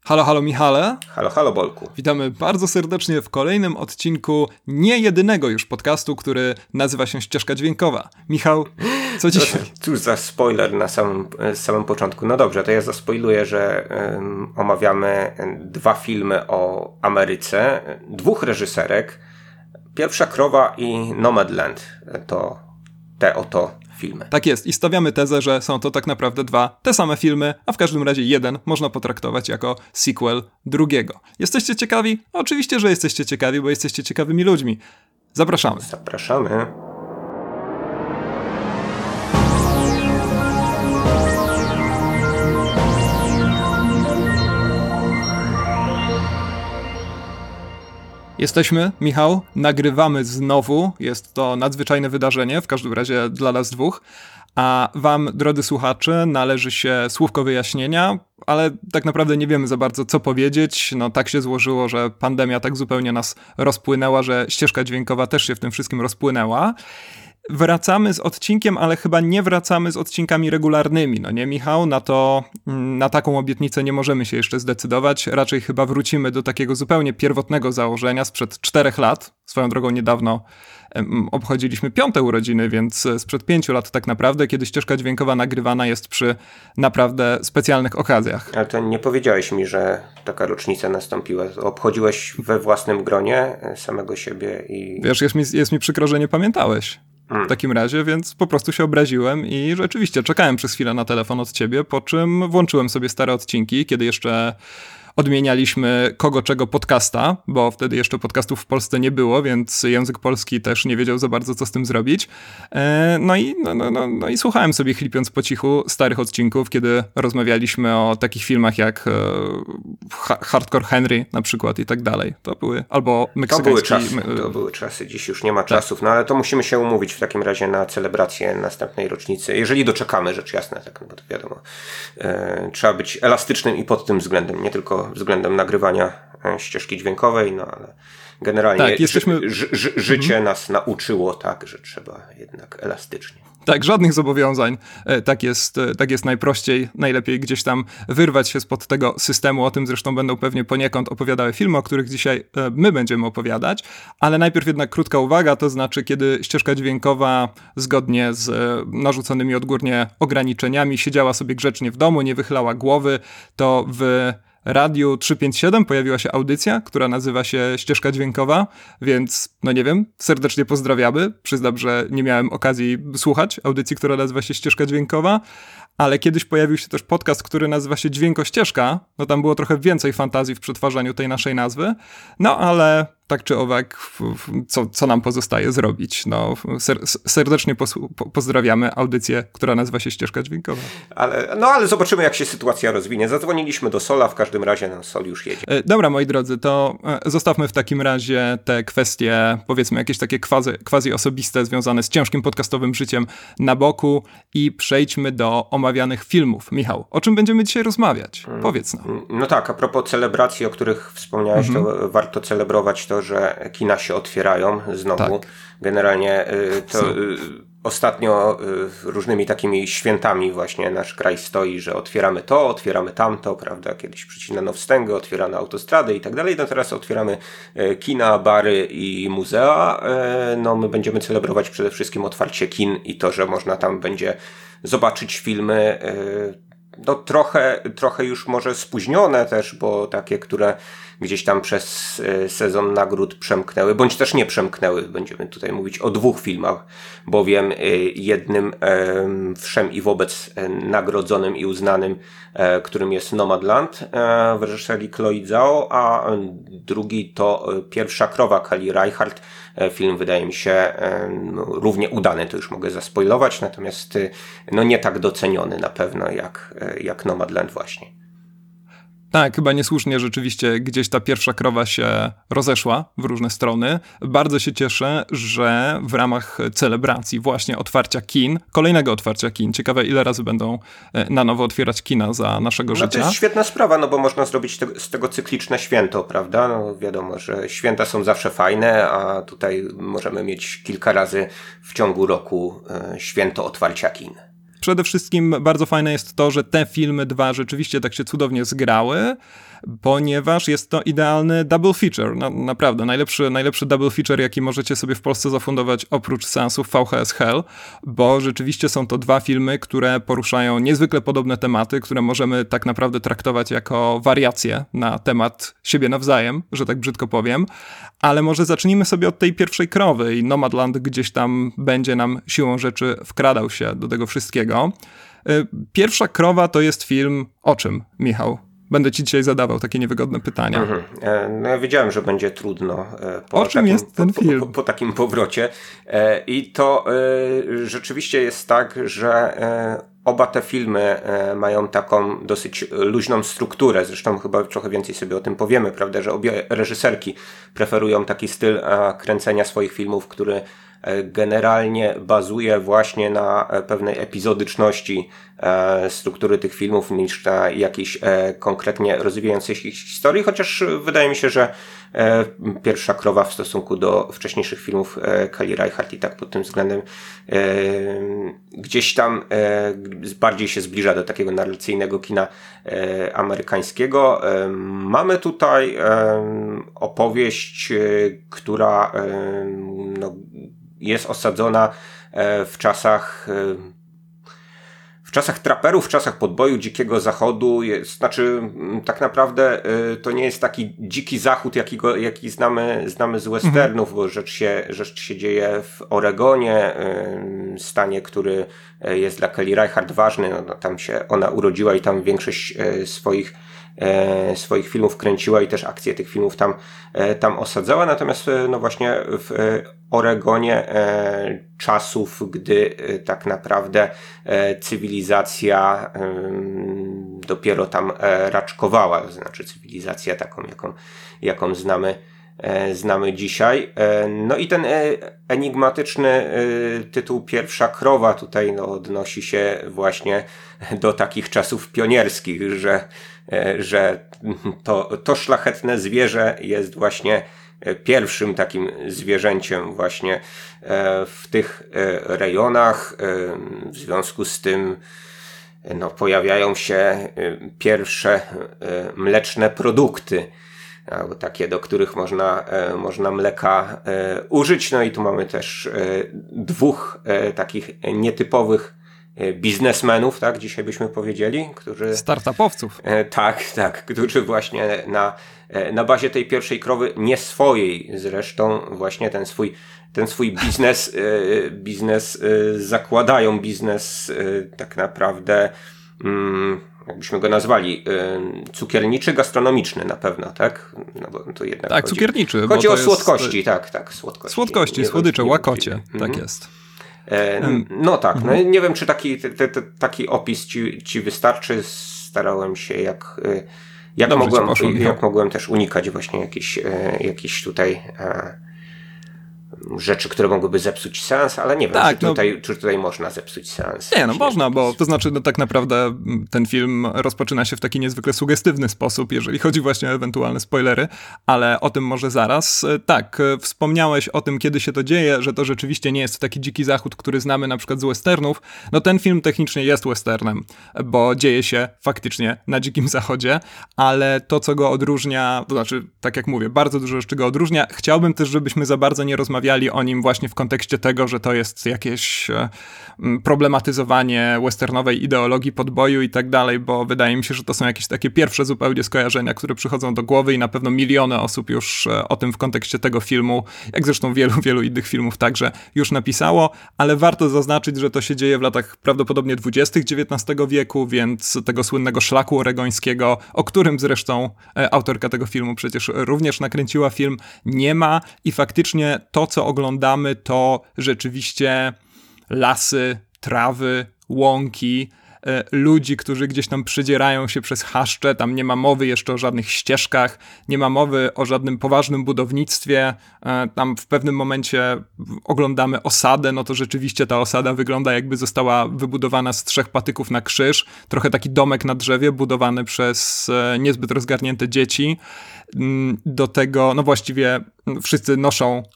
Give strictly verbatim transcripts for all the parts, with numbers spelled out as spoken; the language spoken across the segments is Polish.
Halo, halo Michale. Halo, halo Bolku. Witamy bardzo serdecznie w kolejnym odcinku nie jedynego już podcastu, który nazywa się Ścieżka Dźwiękowa. Michał, co dzisiaj? Cóż za spoiler na samym, samym początku. No dobrze, to ja zaspoiluję, że um, omawiamy dwa filmy o Ameryce, dwóch reżyserek. Pierwsza Krowa i Nomadland to te oto filmy. Tak jest i stawiamy tezę, że są to tak naprawdę dwa te same filmy, a w każdym razie jeden można potraktować jako sequel drugiego. Jesteście ciekawi? Oczywiście, że jesteście ciekawi, bo jesteście ciekawymi ludźmi. Zapraszamy. Zapraszamy. Jesteśmy, Michał, nagrywamy znowu, jest to nadzwyczajne wydarzenie, w każdym razie dla nas dwóch, a wam, drodzy słuchacze, należy się słówko wyjaśnienia, ale tak naprawdę nie wiemy za bardzo, co powiedzieć. No tak się złożyło, że pandemia tak zupełnie nas rozpłynęła, że ścieżka dźwiękowa też się w tym wszystkim rozpłynęła. Wracamy z odcinkiem, ale chyba nie wracamy z odcinkami regularnymi, no nie, Michał? Na to, na taką obietnicę nie możemy się jeszcze zdecydować. Raczej chyba wrócimy do takiego zupełnie pierwotnego założenia sprzed czterech lat. Swoją drogą niedawno um, obchodziliśmy piąte urodziny, więc sprzed pięciu lat tak naprawdę, kiedy ścieżka dźwiękowa nagrywana jest przy naprawdę specjalnych okazjach. Ale to nie powiedziałeś mi, że taka rocznica nastąpiła. Obchodziłeś we własnym gronie samego siebie i... Wiesz, jest mi, jest mi przykro, że nie pamiętałeś. W takim razie, więc po prostu się obraziłem i rzeczywiście czekałem przez chwilę na telefon od ciebie, po czym włączyłem sobie stare odcinki, kiedy jeszcze odmienialiśmy kogo czego podcasta, bo wtedy jeszcze podcastów w Polsce nie było, więc język polski też nie wiedział za bardzo, co z tym zrobić. No i, no, no, no, no i słuchałem sobie, chlipiąc po cichu, starych odcinków, kiedy rozmawialiśmy o takich filmach jak Hardcore Henry na przykład i tak dalej. To były, albo meksykański... To były czasy, to były czasy. Dziś już nie ma czasów, no ale to musimy się umówić w takim razie na celebrację następnej rocznicy. Jeżeli doczekamy, rzecz jasna, tak, no bo to wiadomo. E, trzeba być elastycznym i pod tym względem, nie tylko względem nagrywania ścieżki dźwiękowej, no ale generalnie tak, jesteśmy... ży, ży, życie mhm. nas nauczyło tak, że trzeba jednak elastycznie. Tak, żadnych zobowiązań. Tak jest, tak jest najprościej, najlepiej gdzieś tam wyrwać się spod tego systemu. O tym zresztą będą pewnie poniekąd opowiadały filmy, o których dzisiaj my będziemy opowiadać. Ale najpierw jednak krótka uwaga, to znaczy kiedy ścieżka dźwiękowa zgodnie z narzuconymi odgórnie ograniczeniami siedziała sobie grzecznie w domu, nie wychylała głowy, to w Radiu trzysta pięćdziesiąt siedem pojawiła się audycja, która nazywa się Ścieżka Dźwiękowa, więc no nie wiem, serdecznie pozdrawiamy. Przyznam, że nie miałem okazji słuchać audycji, która nazywa się Ścieżka Dźwiękowa, ale kiedyś pojawił się też podcast, który nazywa się Dźwiękościeżka. No tam było trochę więcej fantazji w przetwarzaniu tej naszej nazwy, no ale tak czy owak, co, co nam pozostaje zrobić? No, ser, serdecznie pos- po, pozdrawiamy audycję, która nazywa się Ścieżka Dźwiękowa. Ale, no ale zobaczymy, jak się sytuacja rozwinie. Zadzwoniliśmy do Sola, w każdym razie no, Sol już jedzie. Dobra, moi drodzy, to zostawmy w takim razie te kwestie, powiedzmy jakieś takie quasi, quasi osobiste związane z ciężkim podcastowym życiem na boku i przejdźmy do omawianych filmów. Michał, o czym będziemy dzisiaj rozmawiać? Hmm. Powiedz nam. No tak, a propos celebracji, o których wspomniałeś, hmm. to warto celebrować to, że kina się otwierają znowu. Tak. Generalnie to y, ostatnio y, różnymi takimi świętami właśnie nasz kraj stoi, że otwieramy to, otwieramy tamto, prawda? Kiedyś przycinano wstęgę, otwierano autostrady i tak dalej. No teraz otwieramy y, kina, bary i muzea. Y, no my będziemy celebrować przede wszystkim otwarcie kin i to, że można tam będzie zobaczyć filmy y, no trochę, trochę już może spóźnione też, bo takie, które gdzieś tam przez sezon nagród przemknęły, bądź też nie przemknęły. Będziemy tutaj mówić o dwóch filmach, bowiem jednym wszem i wobec nagrodzonym i uznanym, którym jest Nomadland w reżyserii Chloe Zhao, a drugi to Pierwsza Krowa Kelly Reichardt. Film wydaje mi się no, równie udany, to już mogę zaspoilować, natomiast no, nie tak doceniony na pewno jak, jak Nomadland właśnie. Tak, chyba niesłusznie rzeczywiście gdzieś ta pierwsza krowa się rozeszła w różne strony. Bardzo się cieszę, że w ramach celebracji właśnie otwarcia kin, kolejnego otwarcia kin, ciekawe ile razy będą na nowo otwierać kina za naszego no, życia. To jest świetna sprawa, no bo można zrobić te, z tego cykliczne święto, prawda? No wiadomo, że święta są zawsze fajne, a tutaj możemy mieć kilka razy w ciągu roku e, święto otwarcia kin. Przede wszystkim bardzo fajne jest to, że te filmy dwa rzeczywiście tak się cudownie zgrały. ponieważ jest to idealny double feature. No, naprawdę, najlepszy, najlepszy double feature, jaki możecie sobie w Polsce zafundować oprócz seansów V H S Hell, bo rzeczywiście są to dwa filmy, które poruszają niezwykle podobne tematy, które możemy tak naprawdę traktować jako wariacje na temat siebie nawzajem, że tak brzydko powiem, ale może zacznijmy sobie od tej pierwszej krowy i Nomadland gdzieś tam będzie nam siłą rzeczy wkradał się do tego wszystkiego. Pierwsza krowa to jest film o czym, Michał? Będę ci dzisiaj zadawał takie niewygodne pytania. Mhm. No ja wiedziałem, że będzie trudno po, o czym takim, jest ten po, film? Po, po, po takim powrocie. I to rzeczywiście jest tak, że oba te filmy mają taką dosyć luźną strukturę. Zresztą chyba trochę więcej sobie o tym powiemy, prawda, że obie reżyserki preferują taki styl kręcenia swoich filmów, który generalnie bazuje właśnie na pewnej epizodyczności struktury tych filmów niż na jakiejś konkretnie rozwijającej się historii, chociaż wydaje mi się, że Pierwsza krowa w stosunku do wcześniejszych filmów Kelly Reichardt i tak pod tym względem gdzieś tam bardziej się zbliża do takiego narracyjnego kina amerykańskiego. Mamy tutaj opowieść, która no, jest osadzona w czasach w czasach traperów, w czasach podboju, dzikiego zachodu. Jest, znaczy tak naprawdę to nie jest taki dziki zachód, jaki, go, jaki znamy, znamy z westernów, mhm. bo rzecz się, rzecz się dzieje w Oregonie, stanie, który jest dla Kelly Reichardt ważny. No, tam się ona urodziła i tam większość swoich E, swoich filmów kręciła i też akcje tych filmów tam, e, tam osadzała, natomiast e, no właśnie w e, Oregonie e, czasów, gdy e, tak naprawdę e, cywilizacja e, dopiero tam e, raczkowała, to znaczy cywilizacja taką, jaką, jaką znamy e, znamy dzisiaj. E, no i ten e, enigmatyczny e, tytuł Pierwsza krowa tutaj no, odnosi się właśnie do takich czasów pionierskich, że że to, to szlachetne zwierzę jest właśnie pierwszym takim zwierzęciem właśnie w tych rejonach. W związku z tym no, pojawiają się pierwsze mleczne produkty, albo takie, do których można, można mleka użyć. No i tu mamy też dwóch takich nietypowych biznesmenów, tak, dzisiaj byśmy powiedzieli, którzy... Startupowców. E, tak, tak, którzy właśnie na, na bazie tej pierwszej krowy, nie swojej zresztą, właśnie ten swój, ten swój biznes, e, biznes e, zakładają, biznes e, tak naprawdę, mm, jakbyśmy go nazwali, e, cukierniczy, gastronomiczny na pewno, tak? No bo to jednak tak, chodzi, cukierniczy. Chodzi bo o to słodkości, jest... tak, tak, słodkości. Słodkości, nie, słodycze, nie łakocie, mhm. tak jest. No tak, no nie wiem, czy taki, te, te, taki opis ci, ci wystarczy. Starałem się jak, jak, mogłem, poszło, jak mogłem też unikać właśnie jakichś, jakichś tutaj rzeczy, które mogłyby zepsuć seans, ale nie wiem, tak, czy, tutaj, no, czy tutaj można zepsuć seans. Nie, no można, bo to znaczy, no tak naprawdę ten film rozpoczyna się w taki niezwykle sugestywny sposób, jeżeli chodzi właśnie o ewentualne spoilery, ale o tym może zaraz. Tak, wspomniałeś o tym, kiedy się to dzieje, że to rzeczywiście nie jest taki dziki zachód, który znamy na przykład z westernów. No ten film technicznie jest westernem, bo dzieje się faktycznie na dzikim zachodzie, ale to, co go odróżnia, to znaczy, tak jak mówię, bardzo dużo rzeczy go odróżnia. Chciałbym też, żebyśmy za bardzo nie rozmawiali o nim właśnie w kontekście tego, że to jest jakieś e, problematyzowanie westernowej ideologii podboju i tak dalej, bo wydaje mi się, że to są jakieś takie pierwsze zupełnie skojarzenia, które przychodzą do głowy i na pewno miliony osób już e, o tym w kontekście tego filmu, jak zresztą wielu, wielu innych filmów także już napisało, ale warto zaznaczyć, że to się dzieje w latach prawdopodobnie dwudziestych dziewiętnastego wieku, więc tego słynnego szlaku oregońskiego, o którym zresztą e, autorka tego filmu przecież również nakręciła film, nie ma i faktycznie to, co oglądamy, to rzeczywiście lasy, trawy, łąki, e, ludzi, którzy gdzieś tam przedzierają się przez chaszcze, tam nie ma mowy jeszcze o żadnych ścieżkach, nie ma mowy o żadnym poważnym budownictwie, e, tam w pewnym momencie oglądamy osadę, no to rzeczywiście ta osada wygląda jakby została wybudowana z trzech patyków na krzyż, trochę taki domek na drzewie budowany przez e, niezbyt rozgarnięte dzieci. Do tego, no właściwie wszyscy noszą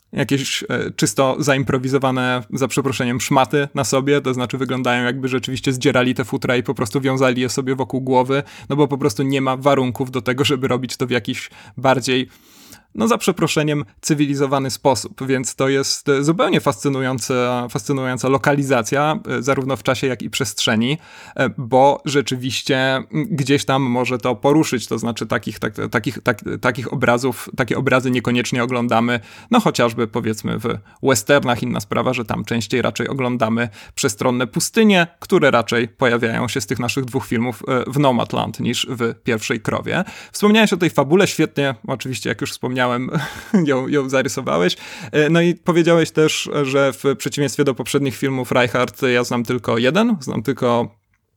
jakieś e, czysto zaimprowizowane, za przeproszeniem, szmaty na sobie, to znaczy wyglądają jakby rzeczywiście zdzierali te futra i po prostu wiązali je sobie wokół głowy, no bo po prostu nie ma warunków do tego, żeby robić to w jakiś bardziej, no za przeproszeniem, cywilizowany sposób, więc to jest zupełnie fascynująca, fascynująca lokalizacja, zarówno w czasie, jak i przestrzeni, bo rzeczywiście gdzieś tam może to poruszyć, to znaczy takich, tak, takich, tak, takich obrazów, takie obrazy niekoniecznie oglądamy, no chociażby powiedzmy w westernach, inna sprawa, że tam częściej raczej oglądamy przestronne pustynie, które raczej pojawiają się z tych naszych dwóch filmów w Nomadland niż w Pierwszej krowie. Wspomniałeś o tej fabule, świetnie, oczywiście jak już wspomniałem, ją, ją zarysowałeś. No i powiedziałeś też, że w przeciwieństwie do poprzednich filmów Reichardt ja znam tylko jeden, znam tylko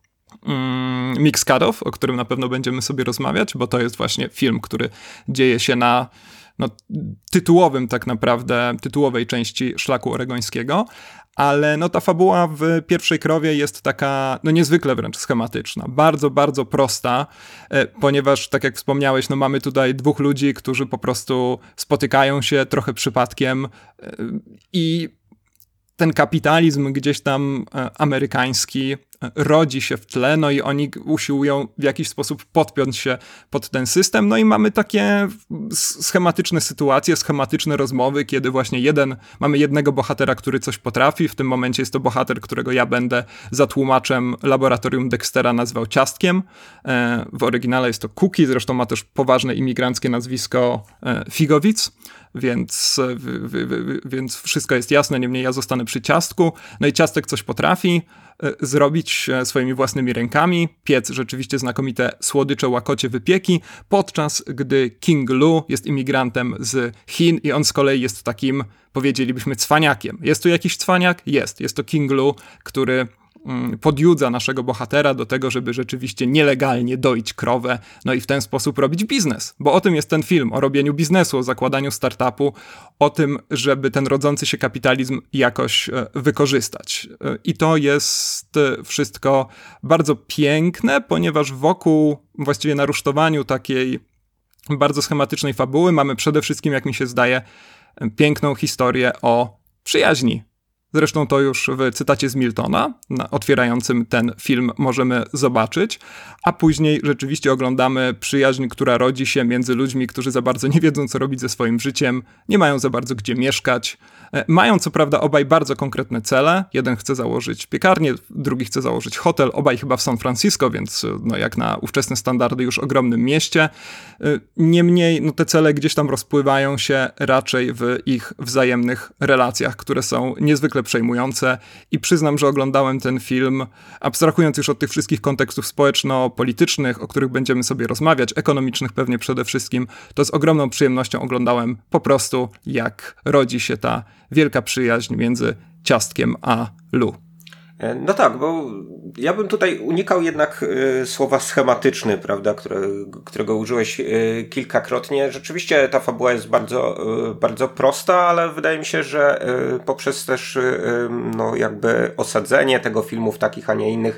mm, Mix Cut-Off, o którym na pewno będziemy sobie rozmawiać, bo to jest właśnie film, który dzieje się na no, tytułowym tak naprawdę, tytułowej części Szlaku Oregońskiego, ale no ta fabuła w Pierwszej krowie jest taka, no niezwykle wręcz schematyczna, bardzo, bardzo prosta, e, ponieważ tak jak wspomniałeś, no mamy tutaj dwóch ludzi, którzy po prostu spotykają się trochę przypadkiem e, i ten kapitalizm gdzieś tam e, amerykański rodzi się w tle, no i oni usiłują w jakiś sposób podpiąć się pod ten system, no i mamy takie schematyczne sytuacje, schematyczne rozmowy, kiedy właśnie jeden, mamy jednego bohatera, który coś potrafi, w tym momencie jest to bohater, którego ja będę za tłumaczem Laboratorium Dextera nazwał Ciastkiem, w oryginale jest to Cookie, zresztą ma też poważne imigranckie nazwisko Figowic, więc, w, w, w, więc wszystko jest jasne, niemniej ja zostanę przy Ciastku, no i Ciastek coś potrafi zrobić swoimi własnymi rękami, piec rzeczywiście znakomite słodycze, łakocie, wypieki, podczas gdy King Lu jest imigrantem z Chin i on z kolei jest takim, powiedzielibyśmy, cwaniakiem. Jest tu jakiś cwaniak? Jest. Jest to King Lu, który podjudza naszego bohatera do tego, żeby rzeczywiście nielegalnie doić krowę, no i w ten sposób robić biznes. Bo o tym jest ten film, o robieniu biznesu, o zakładaniu startupu, o tym, żeby ten rodzący się kapitalizm jakoś wykorzystać. I to jest wszystko bardzo piękne, ponieważ wokół, właściwie na rusztowaniu takiej bardzo schematycznej fabuły mamy przede wszystkim, jak mi się zdaje, piękną historię o przyjaźni. Zresztą to już w cytacie z Miltona, otwierającym ten film, możemy zobaczyć, a później rzeczywiście oglądamy przyjaźń, która rodzi się między ludźmi, którzy za bardzo nie wiedzą, co robić ze swoim życiem, nie mają za bardzo gdzie mieszkać, mają co prawda obaj bardzo konkretne cele, jeden chce założyć piekarnię, drugi chce założyć hotel, obaj chyba w San Francisco, więc no jak na ówczesne standardy już ogromnym mieście, niemniej no te cele gdzieś tam rozpływają się raczej w ich wzajemnych relacjach, które są niezwykle przejmujące i przyznam, że oglądałem ten film, abstrahując już od tych wszystkich kontekstów społeczno-politycznych, o których będziemy sobie rozmawiać, ekonomicznych pewnie przede wszystkim, to z ogromną przyjemnością oglądałem po prostu, jak rodzi się ta wielka przyjaźń między Ciastkiem a Lu. No tak, bo ja bym tutaj unikał jednak y, słowa schematyczny, prawda, które, którego użyłeś y, kilkakrotnie. Rzeczywiście ta fabuła jest bardzo, y, bardzo prosta, ale wydaje mi się, że y, poprzez też y, no jakby osadzenie tego filmu w takich, a nie innych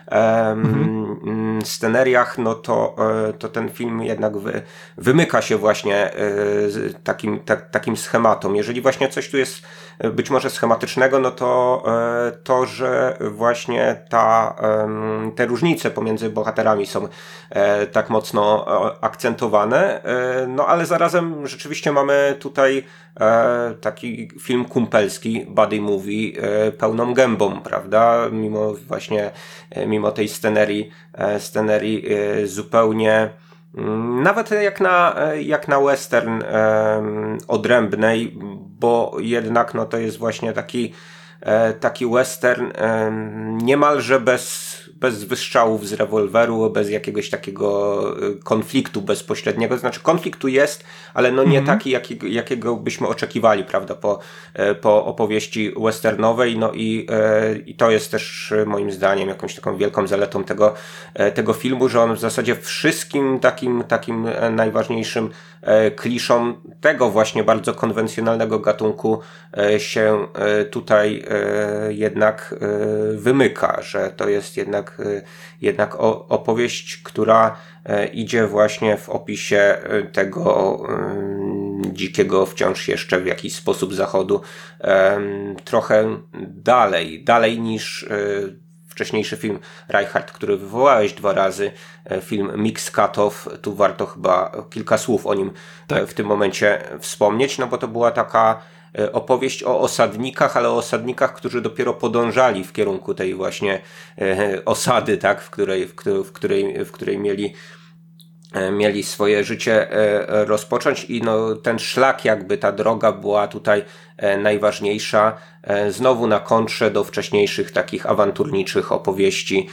mhm. sceneriach, no to, to ten film jednak wy, wymyka się właśnie takim, ta, takim schematom. Jeżeli właśnie coś tu jest być może schematycznego, no to to, że właśnie ta, te różnice pomiędzy bohaterami są tak mocno akcentowane, no ale zarazem rzeczywiście mamy tutaj taki film kumpelski, buddy movie, pełną gębą, prawda? Mimo właśnie, mimo tej scenerii, scenerii zupełnie nawet jak na, jak na western odrębnej, bo jednak no to jest właśnie taki, taki western niemalże bez, bez wystrzałów z rewolweru, bez jakiegoś takiego konfliktu bezpośredniego. Znaczy konflikt tu jest, ale no nie mm-hmm. taki, jakiego, jakiego byśmy oczekiwali, prawda, po, po opowieści westernowej. No i, i to jest też moim zdaniem jakąś taką wielką zaletą tego, tego filmu, że on w zasadzie wszystkim takim, takim najważniejszym kliszom tego właśnie bardzo konwencjonalnego gatunku się tutaj jednak wymyka, że to jest jednak, jednak opowieść, która idzie właśnie w opisie tego dzikiego wciąż jeszcze w jakiś sposób zachodu trochę dalej, dalej niż wcześniejszy film Reichardt, który wywołałeś dwa razy, film Mix Cut-Off, tu warto chyba kilka słów o nim tak. w tym momencie wspomnieć, no bo to była taka opowieść o osadnikach, ale o osadnikach, którzy dopiero podążali w kierunku tej właśnie osady, tak, w której, w której, w której, w której mieli mieli swoje życie rozpocząć i no, ten szlak, jakby ta droga była tutaj najważniejsza. Znowu na kontrze do wcześniejszych takich awanturniczych opowieści.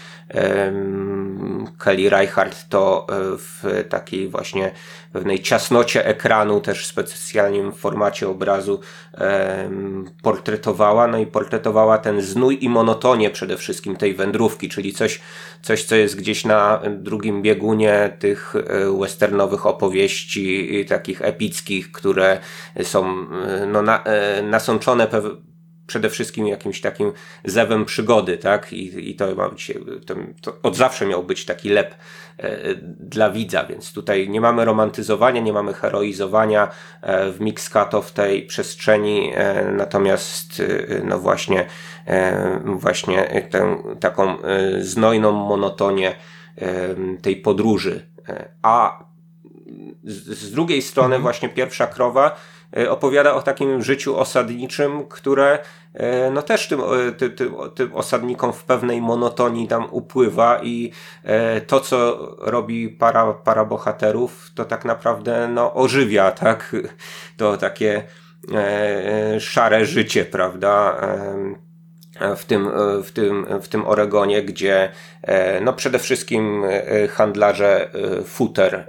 Kelly Reichardt to w takiej właśnie pewnej ciasnocie ekranu, też specjalnym formacie obrazu portretowała, no i portretowała ten znój i monotonię przede wszystkim tej wędrówki, czyli coś, coś co jest gdzieś na drugim biegunie tych westernowych opowieści, takich epickich, które są no, na, nasączone pewnie przede wszystkim jakimś takim zewem przygody, tak? I, i to ma być, to, to od zawsze miał być taki lep e, dla widza, więc tutaj nie mamy romantyzowania, nie mamy heroizowania e, w Mix Cut-Off w tej przestrzeni, e, natomiast e, no właśnie, e, właśnie tę taką e, znojną monotonię e, tej podróży. E, a z, z drugiej strony mhm. właśnie Pierwsza krowa opowiada o takim życiu osadniczym, które no też tym, tym, tym, tym osadnikom w pewnej monotonii tam upływa i to, co robi para, para bohaterów, to tak naprawdę no, ożywia, tak? To takie e, szare życie, prawda? E, w tym, w tym, w tym Oregonie, gdzie no przede wszystkim handlarze futer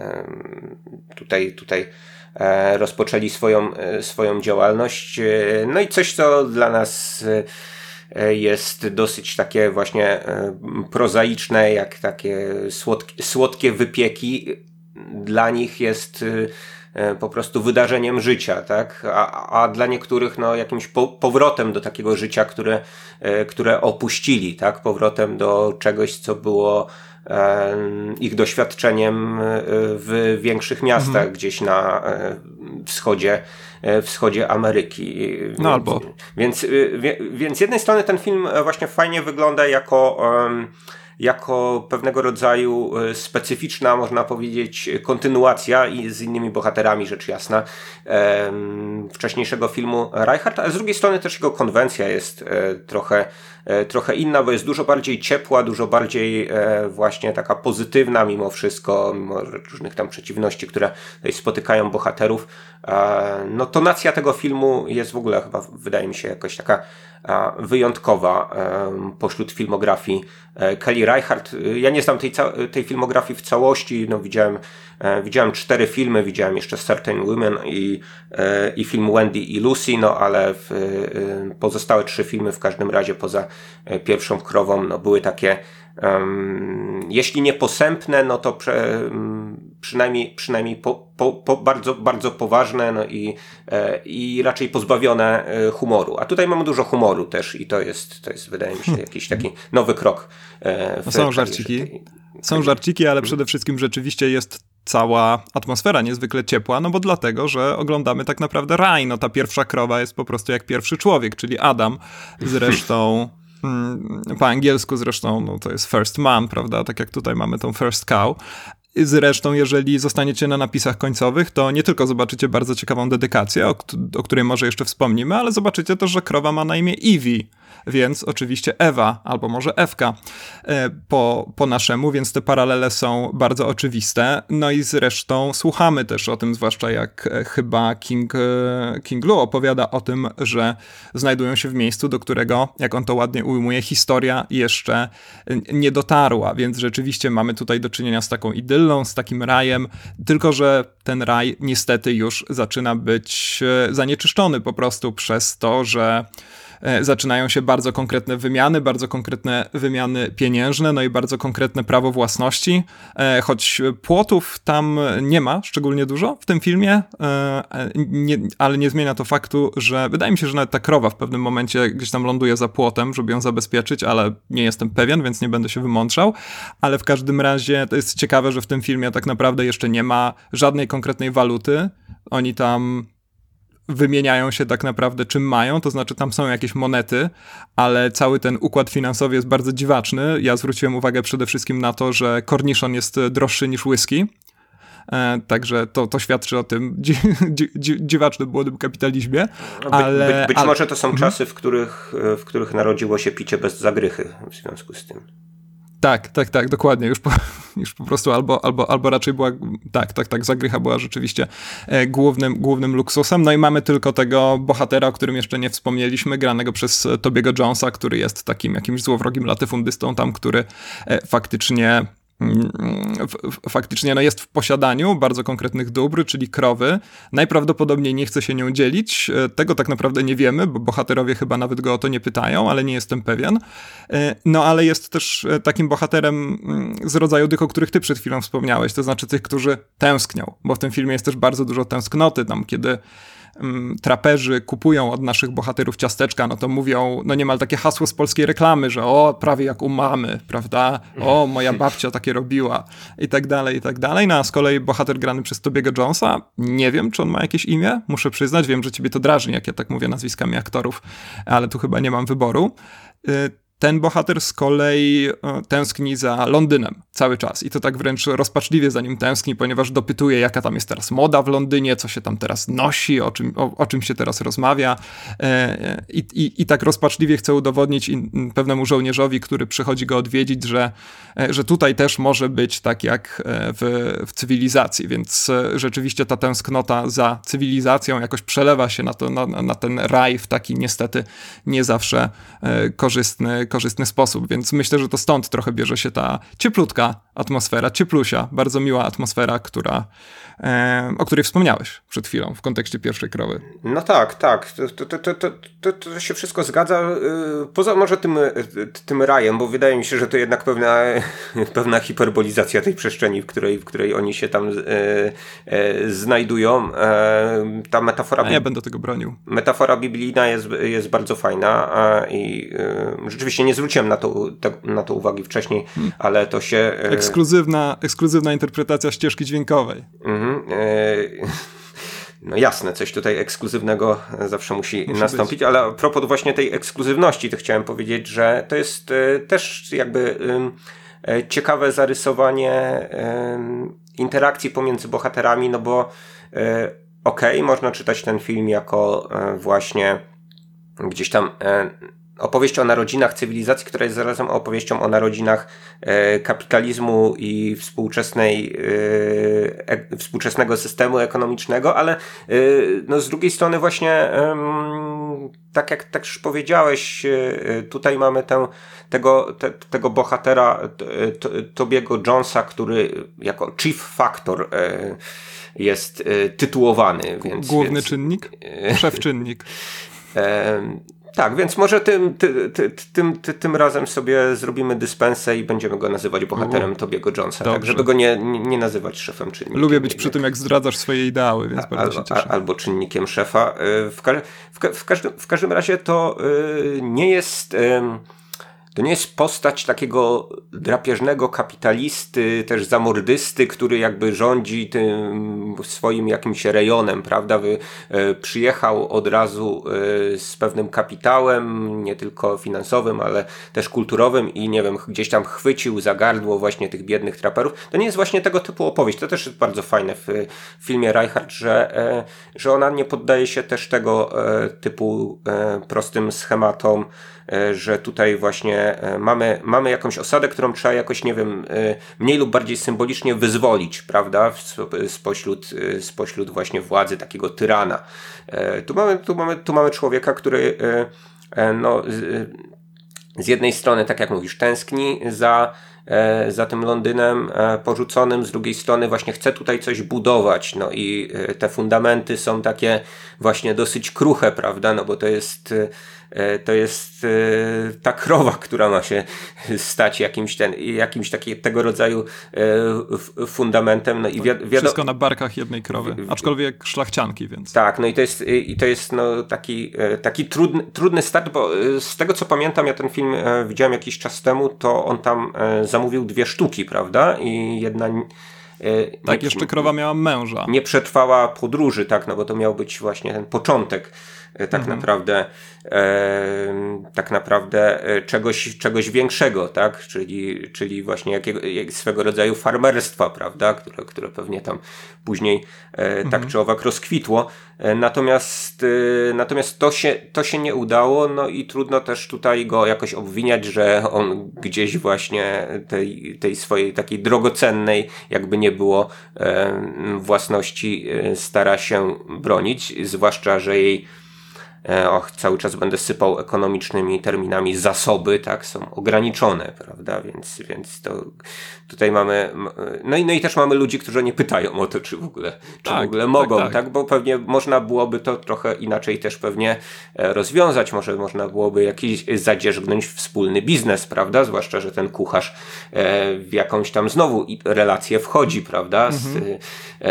tutaj, tutaj rozpoczęli swoją, swoją działalność. No i coś, co dla nas jest dosyć takie właśnie prozaiczne, jak takie słodkie, słodkie wypieki. Dla nich jest po prostu wydarzeniem życia, tak? A, a dla niektórych no jakimś po, powrotem do takiego życia, które, które opuścili, tak? Powrotem do czegoś, co było ich doświadczeniem w większych miastach, mhm. gdzieś na wschodzie, wschodzie Ameryki. No więc, albo. Więc, więc z jednej strony ten film właśnie fajnie wygląda jako jako pewnego rodzaju specyficzna, można powiedzieć, kontynuacja i z innymi bohaterami, rzecz jasna, e, wcześniejszego filmu Reichardt, ale z drugiej strony też jego konwencja jest e, trochę, e, trochę inna, bo jest dużo bardziej ciepła, dużo bardziej e, właśnie taka pozytywna mimo wszystko, mimo różnych tam przeciwności, które tutaj spotykają bohaterów. E, no tonacja tego filmu jest w ogóle chyba, wydaje mi się, jakoś taka wyjątkowa pośród filmografii Kelly Reichardt. Ja nie znam tej, tej filmografii w całości, no widziałem, widziałem cztery filmy, widziałem jeszcze Certain Women i, i film Wendy i Lucy, no ale w, pozostałe trzy filmy w każdym razie poza Pierwszą krową, no były takie Um, jeśli nie posępne, no to prze, um, przynajmniej, przynajmniej po, po, po bardzo, bardzo poważne, no i, e, i raczej pozbawione e, humoru. A tutaj mamy dużo humoru też i to jest, to jest wydaje mi się jakiś taki nowy krok. E, w no są żarciki, tej... są żarciki, ale przede wszystkim rzeczywiście jest cała atmosfera niezwykle ciepła, no bo dlatego, że oglądamy tak naprawdę raj. No ta pierwsza krowa jest po prostu jak pierwszy człowiek, czyli Adam. Zresztą po angielsku zresztą, no to jest first man, prawda, tak jak tutaj mamy tą first cow. Zresztą, jeżeli zostaniecie na napisach końcowych, to nie tylko zobaczycie bardzo ciekawą dedykację, o, o której może jeszcze wspomnimy, ale zobaczycie też, że krowa ma na imię Evie, więc oczywiście Ewa, albo może Ewka po, po naszemu, więc te paralele są bardzo oczywiste. No i zresztą słuchamy też o tym, zwłaszcza jak chyba King, King Lu opowiada o tym, że znajdują się w miejscu, do którego, jak on to ładnie ujmuje, historia jeszcze nie dotarła, więc rzeczywiście mamy tutaj do czynienia z taką idyllą, z takim rajem, tylko że ten raj niestety już zaczyna być zanieczyszczony po prostu przez to, że zaczynają się bardzo konkretne wymiany, bardzo konkretne wymiany pieniężne, no i bardzo konkretne prawo własności, choć płotów tam nie ma szczególnie dużo w tym filmie, nie, ale nie zmienia to faktu, że wydaje mi się, że nawet ta krowa w pewnym momencie gdzieś tam ląduje za płotem, żeby ją zabezpieczyć, ale nie jestem pewien, więc nie będę się wymądrzał, ale w każdym razie to jest ciekawe, że w tym filmie tak naprawdę jeszcze nie ma żadnej konkretnej waluty, Oni tam wymieniają się tak naprawdę czym mają, to znaczy tam są jakieś monety, ale cały ten układ finansowy jest bardzo dziwaczny. Ja zwróciłem uwagę przede wszystkim na to, że korniszon jest droższy niż whisky, e, także to, to świadczy o tym dzi, dzi, dzi, dziwacznym młodym kapitalizmie. Ale, By, by, być ale... może to są mhm. czasy, w których, w których narodziło się picie bez zagrychy w związku z tym. Tak, tak, tak, dokładnie. Już po, już po prostu albo, albo, albo raczej była, tak, tak, tak, zagrycha była rzeczywiście e, głównym, głównym luksusem. No i mamy tylko tego bohatera, o którym jeszcze nie wspomnieliśmy, granego przez Tobiego Jonesa, który jest takim jakimś złowrogim latyfundystą tam, który e, faktycznie faktycznie no jest w posiadaniu bardzo konkretnych dóbr, czyli krowy. Najprawdopodobniej nie chce się nią dzielić. Tego tak naprawdę nie wiemy, bo bohaterowie chyba nawet go o to nie pytają, ale nie jestem pewien. No ale jest też takim bohaterem z rodzaju tych, o których ty przed chwilą wspomniałeś, to znaczy tych, którzy tęsknią, bo w tym filmie jest też bardzo dużo tęsknoty, tam kiedy traperzy kupują od naszych bohaterów ciasteczka, no to mówią, no niemal takie hasło z polskiej reklamy, że o, prawie jak u mamy, prawda? O, moja babcia takie robiła i tak dalej, i tak dalej. No a z kolei bohater grany przez Tobiego Jonesa, nie wiem, czy on ma jakieś imię, muszę przyznać, wiem, że ciebie to drażni, jak ja tak mówię nazwiskami aktorów, ale tu chyba nie mam wyboru. Ten bohater z kolei tęskni za Londynem cały czas i to tak wręcz rozpaczliwie za nim tęskni, ponieważ dopytuje, jaka tam jest teraz moda w Londynie, co się tam teraz nosi, o czym, o, o czym się teraz rozmawia i, i, i tak rozpaczliwie chce udowodnić pewnemu żołnierzowi, który przychodzi go odwiedzić, że, że tutaj też może być tak jak w, w cywilizacji, więc rzeczywiście ta tęsknota za cywilizacją jakoś przelewa się na, to, na, na ten raj w taki niestety nie zawsze korzystny korzystny sposób, więc myślę, że to stąd trochę bierze się ta cieplutka atmosfera, cieplusia, bardzo miła atmosfera, która, e, o której wspomniałeś przed chwilą w kontekście Pierwszej Krowy. No tak, tak, to, to, to, to, to, to się wszystko zgadza, poza może tym, tym rajem, bo wydaje mi się, że to jednak pewna, pewna hiperbolizacja tej przestrzeni, w której, w której oni się tam e, e, znajdują. E, ta metafora... A ja będę tego bronił. Metafora biblijna jest, jest bardzo fajna a, i e, rzeczywiście nie zwróciłem na to, te, na to uwagi wcześniej, hmm. ale to się... E... Ekskluzywna, ekskluzywna interpretacja ścieżki dźwiękowej. Mhm. E... No jasne, coś tutaj ekskluzywnego zawsze musi, musi nastąpić, być. Ale a propos właśnie tej ekskluzywności, to chciałem powiedzieć, że to jest e, też jakby e, ciekawe zarysowanie e, interakcji pomiędzy bohaterami, no bo e, okej, okay, można czytać ten film jako e, właśnie gdzieś tam e, opowieść o narodzinach cywilizacji, która jest zarazem opowieścią o narodzinach e, kapitalizmu i współczesnej, e, e, współczesnego systemu ekonomicznego, ale e, no z drugiej strony właśnie e, tak jak tak już powiedziałeś, e, tutaj mamy tę, tego, te, tego bohatera e, Tobiego Jonesa, który jako chief factor e, jest e, tytułowany. Więc, Główny więc, czynnik? Szef czynnik. E, Tak, więc może tym, ty, ty, tym, ty, tym razem sobie zrobimy dyspensę i będziemy go nazywać bohaterem Tobiego Jonesa, tak, żeby go nie, nie, nie nazywać szefem czynnikiem. Lubię być przy tym, jak zdradzasz swoje ideały, więc a, bardzo się cieszę. A, albo czynnikiem szefa. W, ka- w, ka- w, każdym, w każdym razie to yy, nie jest... Yy, To nie jest postać takiego drapieżnego kapitalisty, też zamordysty, który jakby rządzi tym swoim jakimś rejonem, prawda? Wy, e, przyjechał od razu e, z pewnym kapitałem, nie tylko finansowym, ale też kulturowym i nie wiem, gdzieś tam chwycił za gardło właśnie tych biednych traperów. To nie jest właśnie tego typu opowieść. To też jest bardzo fajne w, w filmie Reichardt, że, e, że ona nie poddaje się też tego e, typu e, prostym schematom, że tutaj właśnie mamy, mamy jakąś osadę, którą trzeba jakoś, nie wiem, mniej lub bardziej symbolicznie wyzwolić, prawda, spośród, spośród właśnie władzy takiego tyrana. Tu mamy, tu mamy, tu mamy człowieka, który no, z jednej strony, tak jak mówisz, tęskni za za tym Londynem porzuconym, z drugiej strony właśnie chce tutaj coś budować, no i te fundamenty są takie właśnie dosyć kruche, prawda, no bo to jest to jest ta krowa, która ma się stać jakimś ten, jakimś taki, tego rodzaju fundamentem, no i wi- wiadomo... Wszystko na barkach jednej krowy, aczkolwiek szlachcianki, więc... Tak, no i to jest, i to jest no taki, taki trudny, trudny start, bo z tego co pamiętam, ja ten film widziałem jakiś czas temu, to on tam zamówił dwie sztuki, prawda, i jedna Tak, nie, jeszcze krowa miała męża. Nie przetrwała podróży, tak, no bo to miał być właśnie ten początek tak mhm. naprawdę e, tak naprawdę czegoś, czegoś większego, tak, czyli, czyli właśnie jakiego, jak swego rodzaju farmerstwa, prawda, które, które pewnie tam później e, mhm. tak czy owak rozkwitło, e, natomiast e, natomiast to się, to się nie udało, no i trudno też tutaj go jakoś obwiniać, że on gdzieś właśnie tej, tej swojej takiej drogocennej, jakby nie było e, własności e, stara się bronić, zwłaszcza, że jej Och, cały czas będę sypał ekonomicznymi terminami, zasoby, tak, są ograniczone, prawda, więc, więc to tutaj mamy, no i, no i też mamy ludzi, którzy nie pytają o to, czy w ogóle, czy tak, w ogóle mogą, tak, tak. tak, bo pewnie można byłoby to trochę inaczej też pewnie rozwiązać, może można byłoby jakiś zadzierzgnąć wspólny biznes, prawda, zwłaszcza, że ten kucharz w jakąś tam znowu relację wchodzi, prawda, z, mhm.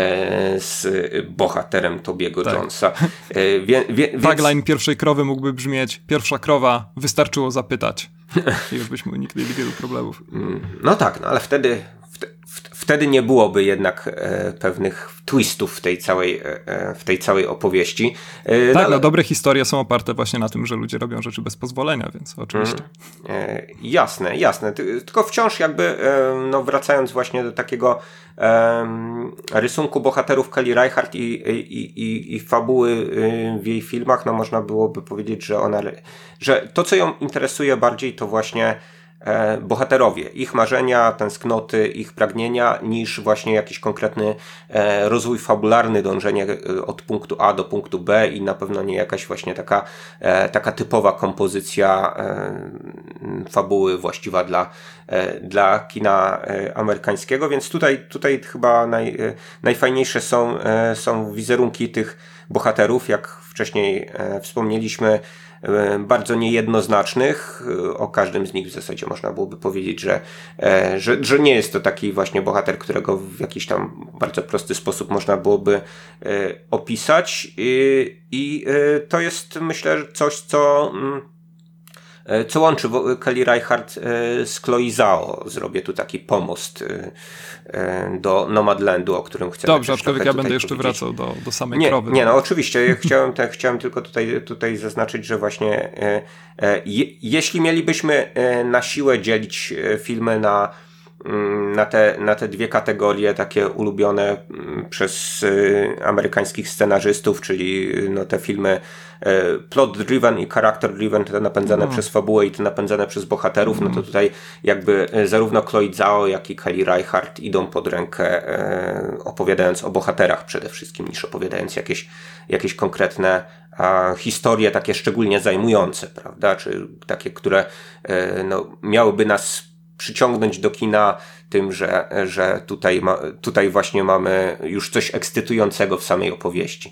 z bohaterem Tobiego tak. Jonesa. Wie, wie, więc... Tagline pierwszej krowy mógłby brzmieć: pierwsza krowa, wystarczyło zapytać. I już byśmy uniknęli wielu problemów. No tak, no ale wtedy, w, w, wtedy nie byłoby jednak e, pewnych twistów w tej całej, e, w tej całej opowieści. E, tak, no, no dobre historie są oparte właśnie na tym, że ludzie robią rzeczy bez pozwolenia, więc oczywiście. E, jasne, jasne. Tylko wciąż jakby, e, no wracając właśnie do takiego e, rysunku bohaterów Kelly Reichardt i, i, i, i fabuły w jej filmach, no można byłoby powiedzieć, że ona, że to, co ją interesuje bardziej, to właśnie e, bohaterowie, ich marzenia, tęsknoty, ich pragnienia, niż właśnie jakiś konkretny e, rozwój fabularny, dążenie od punktu A do punktu B i na pewno nie jakaś właśnie taka, e, taka typowa kompozycja e, fabuły właściwa dla, e, dla kina e, amerykańskiego, więc tutaj, tutaj chyba naj, e, najfajniejsze są, e, są wizerunki tych bohaterów, jak wcześniej e, wspomnieliśmy, bardzo niejednoznacznych. O każdym z nich w zasadzie można byłoby powiedzieć, że, że, że nie jest to taki właśnie bohater, którego w jakiś tam bardzo prosty sposób można byłoby opisać. I, i to jest, myślę, coś, co co łączy Kelly Reichardt z Chloe Zhao. Zrobię tu taki pomost do Nomadlandu, o którym chcę. Dobrze, aczkolwiek ja będę jeszcze powiedzieć. wracał do, do samej nie, krowy. Nie, no oczywiście. Ja chciałem, te, chciałem tylko tutaj, tutaj zaznaczyć, że właśnie je, jeśli mielibyśmy na siłę dzielić filmy na Na te, na te dwie kategorie takie ulubione przez amerykańskich scenarzystów, czyli no te filmy plot-driven i character-driven, te napędzane mm. przez fabułę i te napędzane przez bohaterów, mm. no to tutaj jakby zarówno Chloe Zhao, jak i Kelly Reichardt idą pod rękę, opowiadając o bohaterach przede wszystkim, niż opowiadając jakieś, jakieś konkretne a, historie takie szczególnie zajmujące, prawda, czy takie, które no, miałyby nas przyciągnąć do kina tym, że, że tutaj, ma, tutaj właśnie mamy już coś ekscytującego w samej opowieści.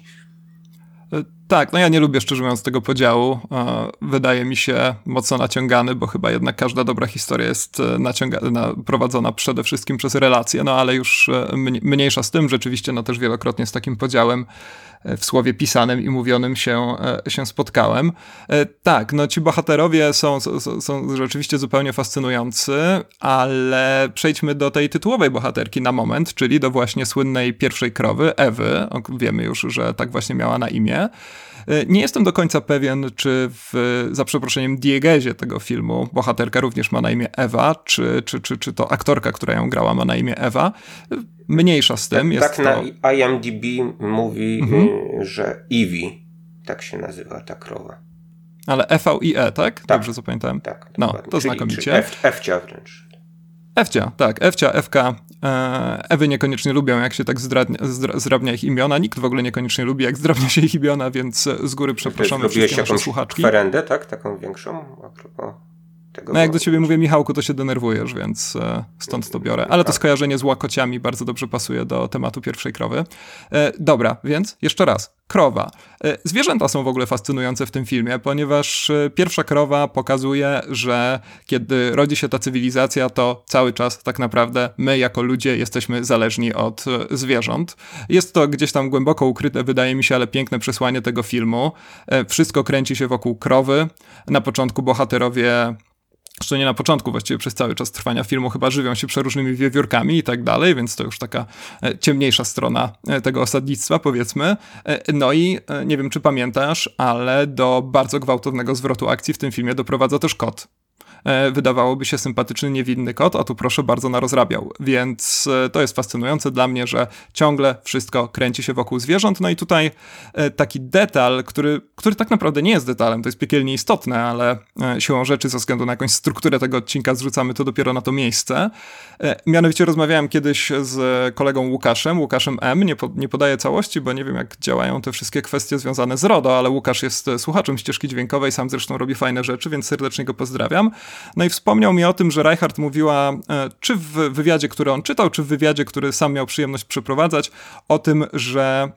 Tak, no ja nie lubię, szczerze mówiąc, tego podziału. Wydaje mi się mocno naciągany, bo chyba jednak każda dobra historia jest naciąga- prowadzona przede wszystkim przez relacje, no ale już mniejsza z tym, rzeczywiście no też wielokrotnie z takim podziałem w słowie pisanym i mówionym się, się spotkałem. Tak, no ci bohaterowie są, są, są rzeczywiście zupełnie fascynujący, ale przejdźmy do tej tytułowej bohaterki na moment, czyli do właśnie słynnej pierwszej krowy, Ewy. Wiemy już, że tak właśnie miała na imię. Nie jestem do końca pewien, czy w, za przeproszeniem, diegezie tego filmu bohaterka również ma na imię Ewa, czy, czy, czy, czy to aktorka, która ją grała, ma na imię Ewa. Mniejsza z tym. Tak, jest tak to... na I M D B mówi, mhm. że Evie, tak się nazywa ta krowa. Ale E V I E, tak? tak? Dobrze zapamiętałem? Tak. No, dokładnie. to czyli, znakomicie. Czyli F, F-cia wręcz. Ewcia, tak, Ewcia, Ewka. Ewy niekoniecznie lubią, jak się tak zdradnia, zdrabnia ich imiona. Nikt w ogóle niekoniecznie lubi, jak zdrabnia się ich imiona, więc z góry przepraszamy wszystkie nasze słuchaczki. Kwerendę, tak? Taką większą? A propos tego. No jak do ciebie mówię Michałku, to się denerwujesz, więc stąd to biorę. Ale to skojarzenie z łakociami bardzo dobrze pasuje do tematu pierwszej krowy. Dobra, więc jeszcze raz. Krowa. Zwierzęta są w ogóle fascynujące w tym filmie, ponieważ pierwsza krowa pokazuje, że kiedy rodzi się ta cywilizacja, to cały czas tak naprawdę my jako ludzie jesteśmy zależni od zwierząt. Jest to gdzieś tam głęboko ukryte, wydaje mi się, ale piękne przesłanie tego filmu. Wszystko kręci się wokół krowy. Na początku bohaterowie szczególnie na początku, właściwie przez cały czas trwania filmu, chyba żywią się przeróżnymi wiewiórkami i tak dalej, więc to już taka ciemniejsza strona tego osadnictwa, powiedzmy. No i nie wiem, czy pamiętasz, ale do bardzo gwałtownego zwrotu akcji w tym filmie doprowadza też kot. Wydawałoby się sympatyczny, niewinny kot, a tu proszę bardzo narozrabiał. Więc to jest fascynujące dla mnie, że ciągle wszystko kręci się wokół zwierząt. No i tutaj taki detal, który, który tak naprawdę nie jest detalem, to jest piekielnie istotne, ale siłą rzeczy ze względu na jakąś strukturę tego odcinka zrzucamy to dopiero na to miejsce. Mianowicie rozmawiałem kiedyś z kolegą Łukaszem, Łukaszem M. Nie, po, nie podaję całości, bo nie wiem, jak działają te wszystkie kwestie związane z RODO, ale Łukasz jest słuchaczem ścieżki dźwiękowej, sam zresztą robi fajne rzeczy, więc serdecznie go pozdrawiam. No i wspomniał mi o tym, że Reichardt mówiła, czy w wywiadzie, który on czytał, czy w wywiadzie, który sam miał przyjemność przeprowadzać, o tym, że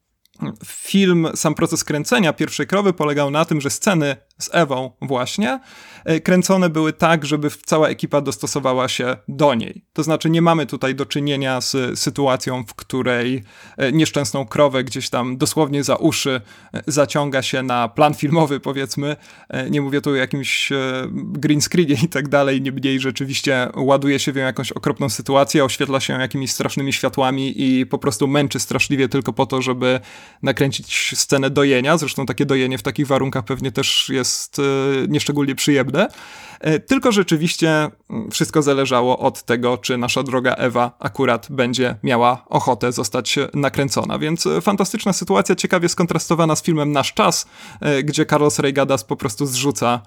film, sam proces kręcenia Pierwszej krowy polegał na tym, że sceny z Ewą właśnie kręcone były tak, żeby cała ekipa dostosowała się do niej. To znaczy nie mamy tutaj do czynienia z sytuacją, w której nieszczęsną krowę gdzieś tam dosłownie za uszy zaciąga się na plan filmowy, powiedzmy. Nie mówię tu o jakimś green screenie i tak dalej, niemniej rzeczywiście ładuje się w jakąś okropną sytuację, oświetla się jakimiś strasznymi światłami i po prostu męczy straszliwie tylko po to, żeby nakręcić scenę dojenia. Zresztą takie dojenie w takich warunkach pewnie też jest nieszczególnie przyjemne. Tylko rzeczywiście wszystko zależało od tego, czy nasza droga Ewa akurat będzie miała ochotę zostać nakręcona. Więc fantastyczna sytuacja, ciekawie skontrastowana z filmem Nasz czas, gdzie Carlos Reigadas po prostu zrzuca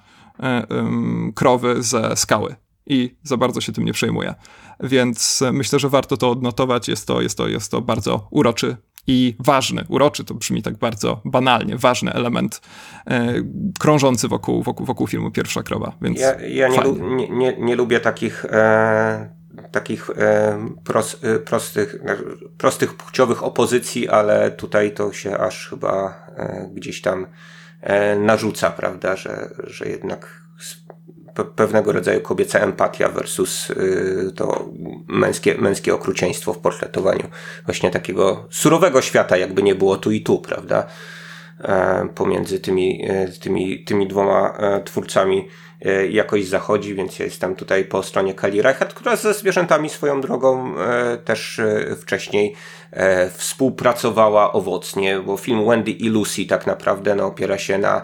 krowy ze skały i za bardzo się tym nie przejmuje. Więc myślę, że warto to odnotować. Jest to, jest to, jest to bardzo uroczy i ważny, uroczy to brzmi tak bardzo banalnie, ważny element e, krążący wokół, wokół, wokół filmu Pierwsza krowa. Więc ja ja nie, lu- nie, nie, nie lubię takich e, takich e, pros, e, prostych, prostych płciowych opozycji, ale tutaj to się aż chyba e, gdzieś tam e, narzuca, prawda, że, że jednak pewnego rodzaju kobieca empatia versus y, to męskie, męskie okrucieństwo w portretowaniu właśnie takiego surowego świata, jakby nie było tu i tu, prawda, e, pomiędzy tymi, e, tymi, tymi dwoma e, twórcami e, jakoś zachodzi, więc ja jestem tutaj po stronie Kelly Reichardt, która ze zwierzętami swoją drogą e, też e, wcześniej e, współpracowała owocnie, bo film Wendy i Lucy tak naprawdę no, opiera się na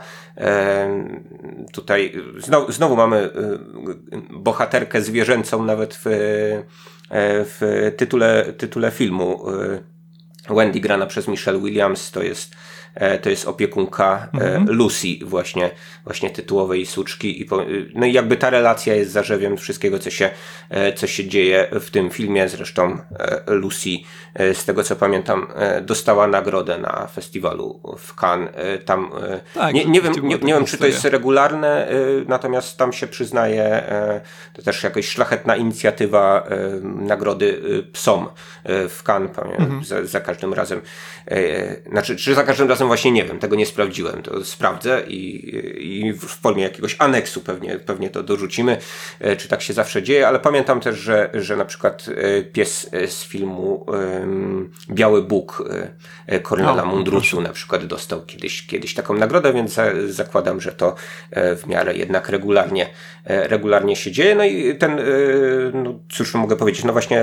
tutaj znowu, znowu mamy bohaterkę zwierzęcą nawet w, w tytule, tytule filmu. Wendy grana przez Michelle Williams to jest to jest opiekunka mhm. Lucy właśnie, właśnie tytułowej suczki i po, no i jakby ta relacja jest zarzewiem wszystkiego, co się, co się dzieje w tym filmie. Zresztą Lucy, z tego co pamiętam, dostała nagrodę na festiwalu w Cannes. Tam tak, nie, nie wiem, nie, nie wiem, czy to jest regularne, natomiast tam się przyznaje, to też jakaś szlachetna inicjatywa nagrody psom w Cannes, mhm. za, za każdym razem. Znaczy, czy za każdym razem właśnie nie wiem, tego nie sprawdziłem, to sprawdzę i, i w formie jakiegoś aneksu pewnie, pewnie to dorzucimy, czy tak się zawsze dzieje, ale pamiętam też, że, że na przykład pies z filmu um, Biały Bóg Kornela Mundrusu na przykład dostał kiedyś, kiedyś taką nagrodę, więc za, zakładam, że to w miarę jednak regularnie, regularnie się dzieje. No i ten, no cóż mogę powiedzieć, no właśnie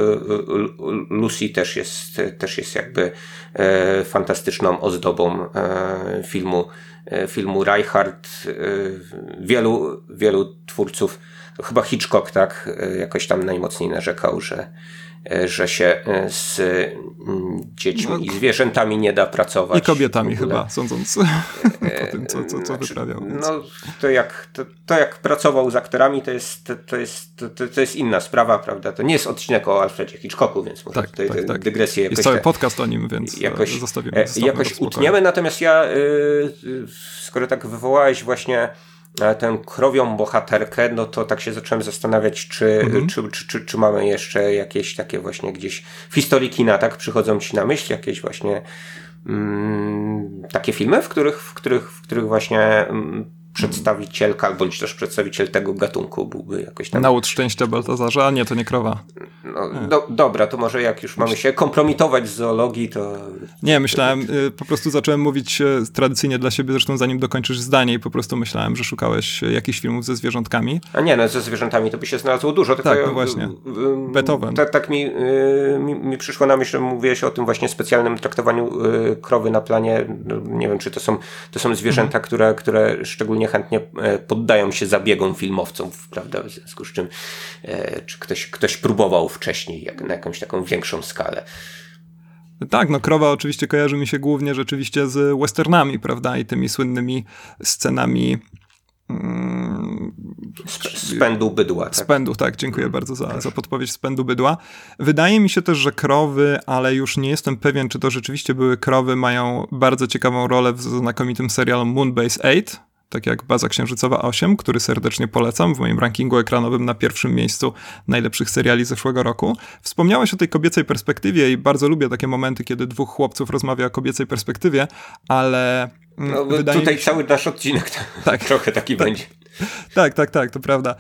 Lucy też jest, też jest jakby fantastyczną ozdobą e, filmu, e, filmu Reichardt. E, wielu, wielu twórców, chyba Hitchcock, tak, e, jakoś tam najmocniej narzekał, że, e, że się z m, dziećmi no, i zwierzętami nie da pracować. I kobietami chyba, sądząc po tym, co, co, co wyprawiał. Więc. No, to jak, to, to jak pracował z aktorami, to jest, to, to, jest, to, to jest inna sprawa, prawda? To nie jest odcinek o Alfredzie Hitchcocku, więc może tak, tutaj tak, tak. dygresję jakoś... Jest cały podcast o nim, więc jakoś, zostawimy. zostawimy jakoś utniemy, natomiast ja, yy, skoro tak wywołałeś właśnie tę krowią bohaterkę, no to tak się zacząłem zastanawiać, czy, mhm. czy, czy, czy, czy mamy jeszcze jakieś takie właśnie gdzieś w historii kina, tak? Przychodzą ci na myśl jakieś właśnie mm, takie filmy, w których, w których, w których właśnie mm, przedstawicielka, bądź też przedstawiciel tego gatunku byłby jakoś tam... Nałód szczęścia Baltazarza, a nie, to nie krowa. No, do, dobra, to może jak już mamy się kompromitować z zoologii, to... Nie, myślałem, po prostu zacząłem mówić tradycyjnie dla siebie, zresztą zanim dokończysz zdanie i po prostu myślałem, że szukałeś jakichś filmów ze zwierzątkami. A nie, no ze zwierzętami to by się znalazło dużo. Tylko tak, ja, no właśnie. Beethoven. Tak, tak mi, mi, mi przyszło na myśl, że mówiłeś o tym właśnie specjalnym traktowaniu krowy na planie. Nie wiem, czy to są, to są zwierzęta, mhm. które, które szczególnie chętnie poddają się zabiegom filmowców, prawda? W związku z czym czy ktoś, ktoś próbował wcześniej jak, na jakąś taką większą skalę. Tak, no krowa oczywiście kojarzy mi się głównie rzeczywiście z westernami, prawda? I tymi słynnymi scenami mm, spędu bydła. Tak? Spędu, tak, dziękuję bardzo za, za podpowiedź spędu bydła. Wydaje mi się też, że krowy, ale już nie jestem pewien, czy to rzeczywiście były krowy, mają bardzo ciekawą rolę w znakomitym serialu Moonbase osiem, tak jak Baza Księżycowa osiem, który serdecznie polecam w moim rankingu ekranowym na pierwszym miejscu najlepszych seriali zeszłego roku. Wspomniałeś o tej kobiecej perspektywie i bardzo lubię takie momenty, kiedy dwóch chłopców rozmawia o kobiecej perspektywie, ale no, wydaje tutaj mi się... cały nasz odcinek to tak, trochę taki tak, będzie. Tak, tak, tak, to prawda.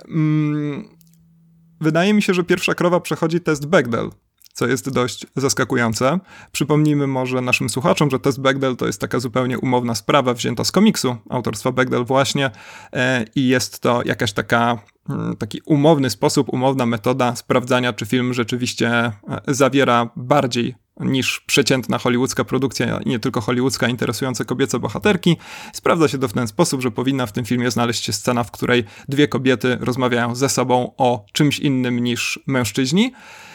Mm, wydaje mi się, że pierwsza krowa przechodzi test Bechdel, co jest dość zaskakujące. Przypomnijmy może naszym słuchaczom, że test Bechdel to jest taka zupełnie umowna sprawa wzięta z komiksu autorstwa Bechdel właśnie e, i jest to jakaś taka m, taki umowny sposób, umowna metoda sprawdzania, czy film rzeczywiście zawiera bardziej niż przeciętna hollywoodzka produkcja i nie tylko hollywoodzka interesujące kobiece bohaterki. Sprawdza się to w ten sposób, że powinna w tym filmie znaleźć się scena, w której dwie kobiety rozmawiają ze sobą o czymś innym niż mężczyźni.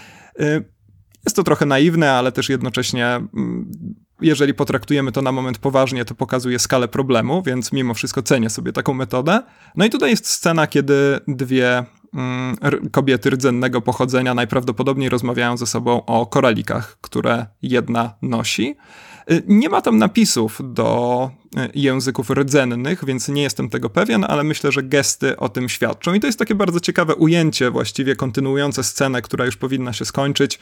Jest to trochę naiwne, ale też jednocześnie, jeżeli potraktujemy to na moment poważnie, to pokazuje skalę problemu, więc mimo wszystko cenię sobie taką metodę. No i tutaj jest scena, kiedy dwie mm, kobiety rdzennego pochodzenia najprawdopodobniej rozmawiają ze sobą o koralikach, które jedna nosi. Nie ma tam napisów do języków rdzennych, więc nie jestem tego pewien, ale myślę, że gesty o tym świadczą. I to jest takie bardzo ciekawe ujęcie, właściwie kontynuujące scenę, która już powinna się skończyć,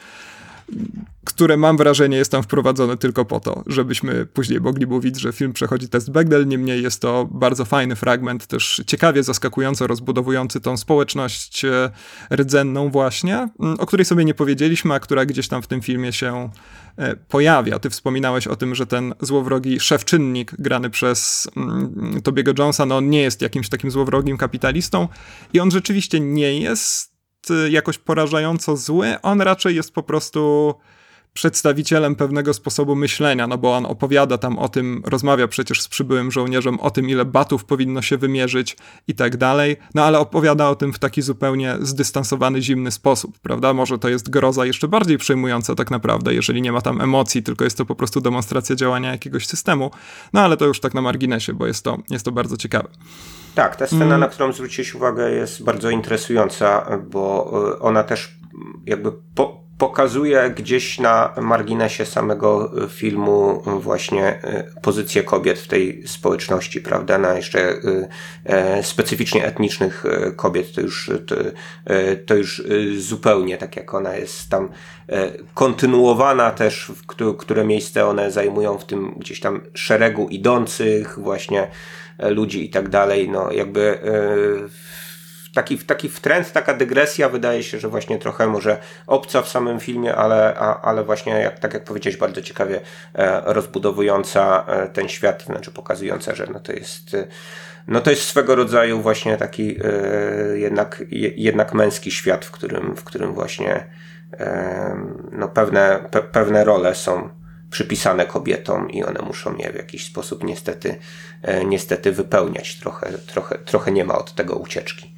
które mam wrażenie jest tam wprowadzone tylko po to, żebyśmy później mogli mówić, że film przechodzi test Bechdel. Niemniej jest to bardzo fajny fragment, też ciekawie, zaskakująco rozbudowujący tą społeczność rdzenną właśnie, o której sobie nie powiedzieliśmy, a która gdzieś tam w tym filmie się pojawia. Ty wspominałeś o tym, że ten złowrogi szefczynnik grany przez mm, Tobiego Jonesa, no on nie jest jakimś takim złowrogim kapitalistą i on rzeczywiście nie jest jakoś porażająco zły, on raczej jest po prostu przedstawicielem pewnego sposobu myślenia, no bo on opowiada tam o tym, rozmawia przecież z przybyłym żołnierzem o tym, ile batów powinno się wymierzyć i tak dalej, no ale opowiada o tym w taki zupełnie zdystansowany, zimny sposób, prawda? Może to jest groza jeszcze bardziej przejmująca tak naprawdę, jeżeli nie ma tam emocji, tylko jest to po prostu demonstracja działania jakiegoś systemu, no ale to już tak na marginesie, bo jest to, jest to bardzo ciekawe. Tak, ta scena, mm. na którą zwróciłeś uwagę, jest bardzo interesująca, bo ona też jakby po, pokazuje gdzieś na marginesie samego filmu właśnie pozycję kobiet w tej społeczności, prawda, na jeszcze e, specyficznie etnicznych kobiet, to już, to, to już zupełnie tak jak ona jest tam e, kontynuowana też, w które, które miejsce one zajmują w tym gdzieś tam szeregu idących właśnie ludzi i tak dalej, no jakby yy, taki, taki trend, taka dygresja wydaje się, że właśnie trochę może obca w samym filmie, ale, a, ale właśnie jak, tak jak powiedziałeś, bardzo ciekawie e, rozbudowująca e, ten świat, znaczy pokazująca, że no to jest e, no to jest swego rodzaju właśnie taki e, jednak, je, jednak męski świat, w którym, w którym właśnie e, no pewne, pe, pewne role są przypisane kobietom i one muszą je w jakiś sposób niestety, e, niestety wypełniać. Trochę, trochę, trochę nie ma od tego ucieczki.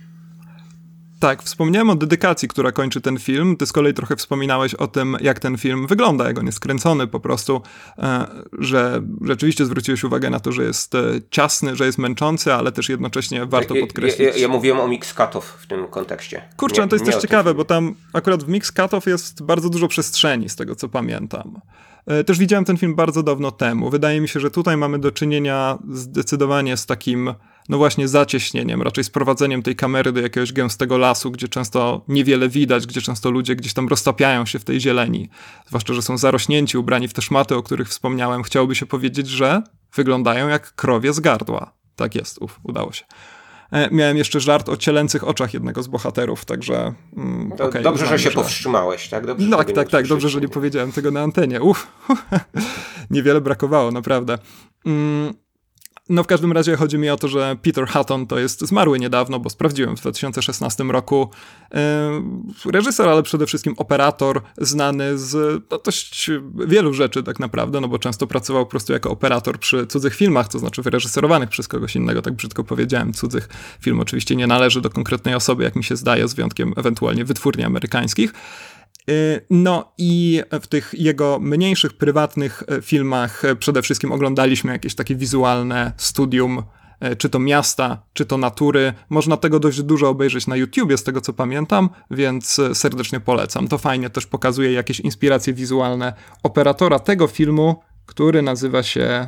Tak, wspomniałem o dedykacji, która kończy ten film. Ty z kolei trochę wspominałeś o tym, jak ten film wygląda, jak on jest kręcony po prostu, e, że rzeczywiście zwróciłeś uwagę na to, że jest e, ciasny, że jest męczący, ale też jednocześnie warto ja, podkreślić. Ja, ja, ja mówiłem o mix cut-off w tym kontekście. Kurczę, nie, to jest nie też ciekawe, bo tam akurat w mix cut-off jest bardzo dużo przestrzeni, z tego co pamiętam. Też widziałem ten film bardzo dawno temu. Wydaje mi się, że tutaj mamy do czynienia zdecydowanie z takim, no właśnie zacieśnieniem, raczej sprowadzeniem tej kamery do jakiegoś gęstego lasu, gdzie często niewiele widać, gdzie często ludzie gdzieś tam roztapiają się w tej zieleni. Zwłaszcza, że są zarośnięci, ubrani w te szmaty, o których wspomniałem. Chciałoby się powiedzieć, że wyglądają jak krowie z gardła. Tak jest, uf, udało się. Miałem jeszcze żart o cielęcych oczach jednego z bohaterów, także... Mm, okay, dobrze, że się że... powstrzymałeś, tak? Dobrze, tak, tak, tak, dobrze, że nie powiedziałem tego na antenie. Uf, niewiele brakowało, naprawdę. Mm, no w każdym razie chodzi mi o to, że Peter Hutton to jest zmarły niedawno, bo sprawdziłem w dwa tysiące szesnastym roku. Yy, reżyser, ale przede wszystkim operator, znany z no, dość wielu rzeczy tak naprawdę, no bo często pracował po prostu jako operator przy cudzych filmach, to znaczy wyreżyserowanych przez kogoś innego, tak brzydko powiedziałem, cudzych. Film oczywiście nie należy do konkretnej osoby, jak mi się zdaje, z wyjątkiem ewentualnie wytwórni amerykańskich. No i w tych jego mniejszych, prywatnych filmach przede wszystkim oglądaliśmy jakieś takie wizualne studium, czy to miasta, czy to natury. Można tego dość dużo obejrzeć na YouTubie, z tego co pamiętam, więc serdecznie polecam. To fajnie też pokazuje jakieś inspiracje wizualne operatora tego filmu, który nazywa się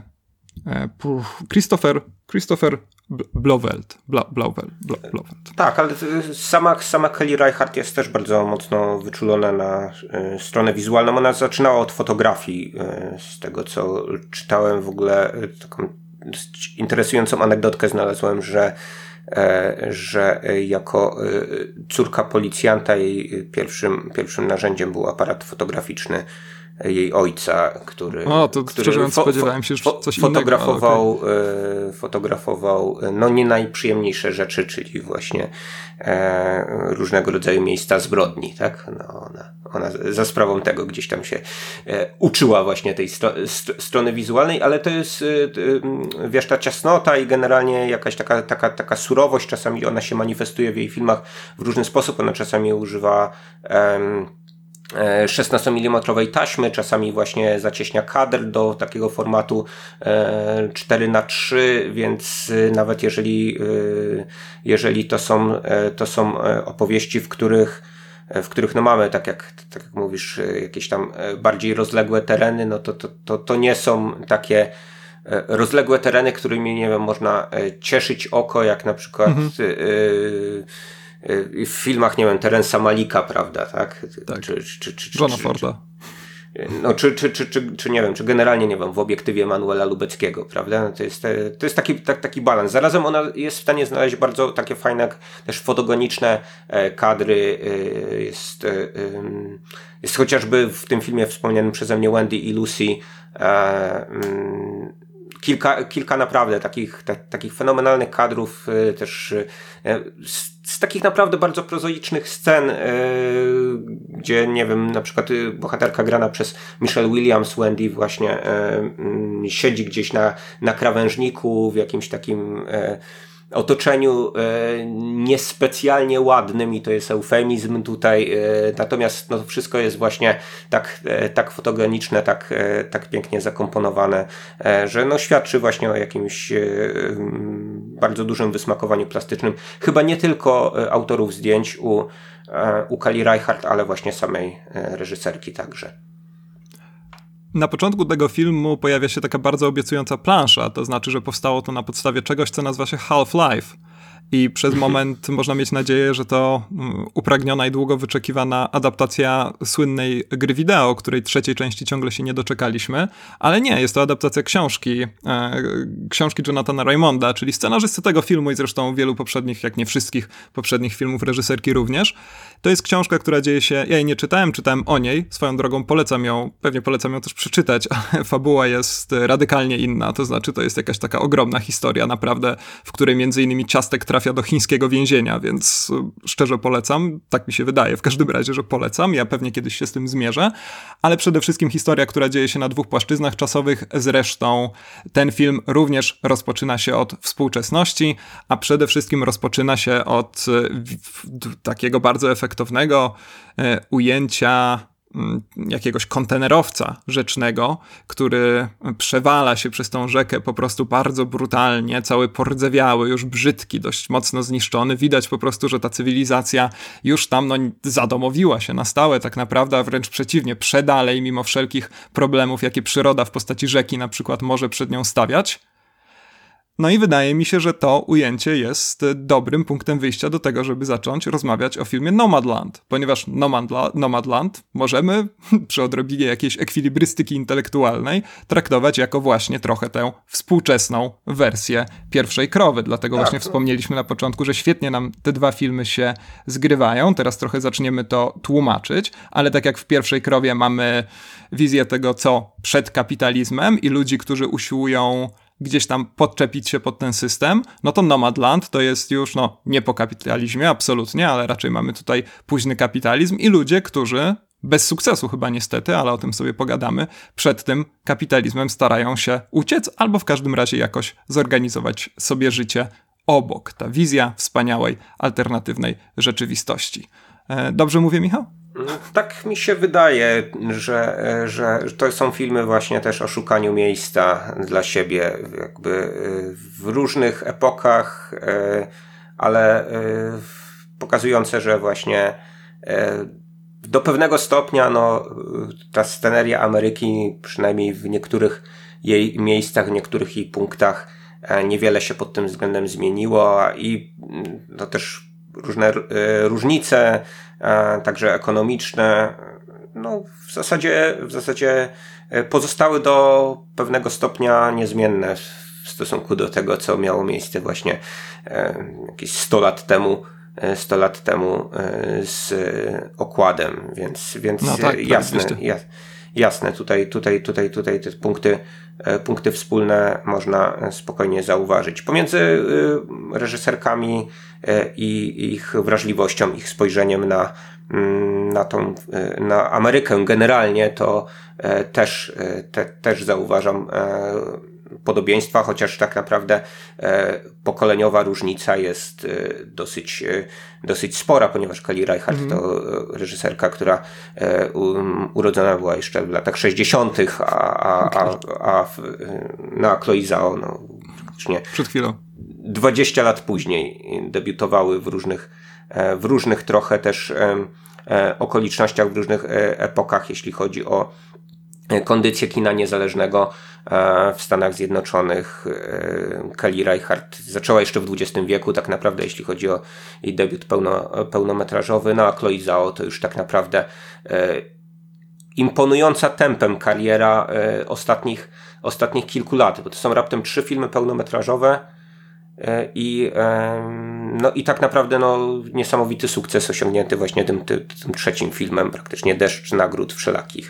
Christopher, Christopher Blauvelt. Bla, Blauvelt, Bla, Blauvelt. Tak, ale sama, sama Kelly Reichardt jest też bardzo mocno wyczulona na y, stronę wizualną. Ona zaczynała od fotografii, y, z tego co czytałem w ogóle. Y, taką interesującą anegdotkę znalazłem, że, y, że jako y, córka policjanta jej pierwszym, pierwszym narzędziem był aparat fotograficzny jej ojca, który, o, to który fo- spodziewałem się, że coś fotografował, innego, okay. e, fotografował no nie najprzyjemniejsze rzeczy, czyli właśnie e, różnego rodzaju miejsca zbrodni, tak? No ona, ona za sprawą tego gdzieś tam się e, uczyła właśnie tej stro- st- strony wizualnej, ale to jest e, wiesz, ta ciasnota i generalnie jakaś taka, taka, taka surowość, czasami ona się manifestuje w jej filmach w różny sposób, ona czasami używa e, szesnastomilimetrowej taśmy, czasami właśnie zacieśnia kadr do takiego formatu cztery na trzy, więc nawet jeżeli, jeżeli to są, to są opowieści, w których, w których no mamy, tak jak, tak jak mówisz, jakieś tam bardziej rozległe tereny, no to, to, to, to nie są takie rozległe tereny, którymi, nie wiem, można cieszyć oko, jak na przykład mhm. y, w filmach, nie wiem, Terensa Malika, prawda, tak? tak. Czy, czy, czy, czy, Johna czy, Forda. No, czy, czy, czy, czy, czy nie wiem, czy generalnie, nie wiem, w obiektywie Manuela Lubeckiego, prawda? No to jest, to jest taki, tak, taki balans. Zarazem ona jest w stanie znaleźć bardzo takie fajne, też fotogeniczne kadry. Jest, jest chociażby w tym filmie wspomnianym przeze mnie Wendy i Lucy kilka, kilka naprawdę takich, ta, takich fenomenalnych kadrów, też z, z takich naprawdę bardzo prozoicznych scen, yy, gdzie, nie wiem, na przykład bohaterka grana przez Michelle Williams, Wendy, właśnie yy, siedzi gdzieś na, na krawężniku w jakimś takim yy, otoczeniu e, niespecjalnie ładnym i to jest eufemizm tutaj, e, natomiast no, wszystko jest właśnie tak, e, tak fotogeniczne, tak, e, tak pięknie zakomponowane, e, że no, świadczy właśnie o jakimś e, bardzo dużym wysmakowaniu plastycznym. Chyba nie tylko autorów zdjęć u, e, u Kelly Reichardt, ale właśnie samej e, reżyserki także. Na początku tego filmu pojawia się taka bardzo obiecująca plansza, to znaczy, że powstało to na podstawie czegoś, co nazywa się Half-Life. I przez moment można mieć nadzieję, że to upragniona i długo wyczekiwana adaptacja słynnej gry wideo, której trzeciej części ciągle się nie doczekaliśmy, ale nie, jest to adaptacja książki, e, książki Jonathana Raymonda, czyli scenarzysty tego filmu i zresztą wielu poprzednich, jak nie wszystkich poprzednich filmów reżyserki również. To jest książka, która dzieje się, ja jej nie czytałem, czytałem o niej, swoją drogą polecam ją, pewnie polecam ją też przeczytać, ale fabuła jest radykalnie inna, to znaczy to jest jakaś taka ogromna historia naprawdę, w której między innymi Ciastek trafia do chińskiego więzienia, więc szczerze polecam, tak mi się wydaje w każdym razie, że polecam, ja pewnie kiedyś się z tym zmierzę, ale przede wszystkim historia, która dzieje się na dwóch płaszczyznach czasowych, zresztą ten film również rozpoczyna się od współczesności, a przede wszystkim rozpoczyna się od takiego bardzo efektownego ujęcia jakiegoś kontenerowca rzecznego, który przewala się przez tą rzekę po prostu bardzo brutalnie, cały pordzewiały, już brzydki, dość mocno zniszczony. Widać po prostu, że ta cywilizacja już tam no, zadomowiła się na stałe tak naprawdę, a wręcz przeciwnie, przedalej mimo wszelkich problemów, jakie przyroda w postaci rzeki na przykład może przed nią stawiać. No i wydaje mi się, że to ujęcie jest dobrym punktem wyjścia do tego, żeby zacząć rozmawiać o filmie Nomadland, ponieważ Nomadla- Nomadland możemy przy odrobinie jakiejś ekwilibrystyki intelektualnej traktować jako właśnie trochę tę współczesną wersję Pierwszej Krowy. Dlatego tak. właśnie wspomnieliśmy na początku, że świetnie nam te dwa filmy się zgrywają. Teraz trochę zaczniemy to tłumaczyć, ale tak jak w Pierwszej Krowie mamy wizję tego, co przed kapitalizmem i ludzi, którzy usiłują gdzieś tam podczepić się pod ten system, no to Nomadland to jest już, no, nie po kapitalizmie, absolutnie, ale raczej mamy tutaj późny kapitalizm i ludzie, którzy bez sukcesu chyba niestety, ale o tym sobie pogadamy, przed tym kapitalizmem starają się uciec, albo w każdym razie jakoś zorganizować sobie życie obok. Ta wizja wspaniałej, alternatywnej rzeczywistości. Dobrze mówię, Michał? Tak mi się wydaje, że, że to są filmy właśnie też o szukaniu miejsca dla siebie, jakby w różnych epokach, ale pokazujące, że właśnie do pewnego stopnia no, ta sceneria Ameryki, przynajmniej w niektórych jej miejscach, w niektórych jej punktach niewiele się pod tym względem zmieniło i no też różne różnice, także ekonomiczne, no w zasadzie, w zasadzie pozostały do pewnego stopnia niezmienne w stosunku do tego, co miało miejsce właśnie jakieś sto lat temu, sto lat temu z Okładem, więc, więc no tak, jasne, jas, jasne, tutaj, tutaj, tutaj, tutaj te punkty, punkty wspólne można spokojnie zauważyć. Pomiędzy reżyserkami i ich wrażliwością, ich spojrzeniem na, na tą, na Amerykę generalnie, to też, te, też zauważam podobieństwa, chociaż tak naprawdę e, pokoleniowa różnica jest e, dosyć, e, dosyć spora, ponieważ Kelly Reichardt mm. to e, reżyserka, która e, um, urodzona była jeszcze w latach sześćdziesiątych, a, a, okay. a, a w, na Chloe Zhao no, praktycznie przed chwilą. dwadzieścia lat później debiutowały w różnych, e, w różnych trochę też e, e, okolicznościach, w różnych e, epokach, jeśli chodzi o kondycję kina niezależnego w Stanach Zjednoczonych. Kelly Reichardt zaczęła jeszcze w dwudziestym wieku, tak naprawdę, jeśli chodzi o jej debiut pełno, pełnometrażowy, no a Chloe Zhao to już tak naprawdę imponująca tempem kariera ostatnich, ostatnich kilku lat, bo to są raptem trzy filmy pełnometrażowe i, no, i tak naprawdę no, niesamowity sukces osiągnięty właśnie tym, tym, tym trzecim filmem, praktycznie deszcz nagród wszelakich.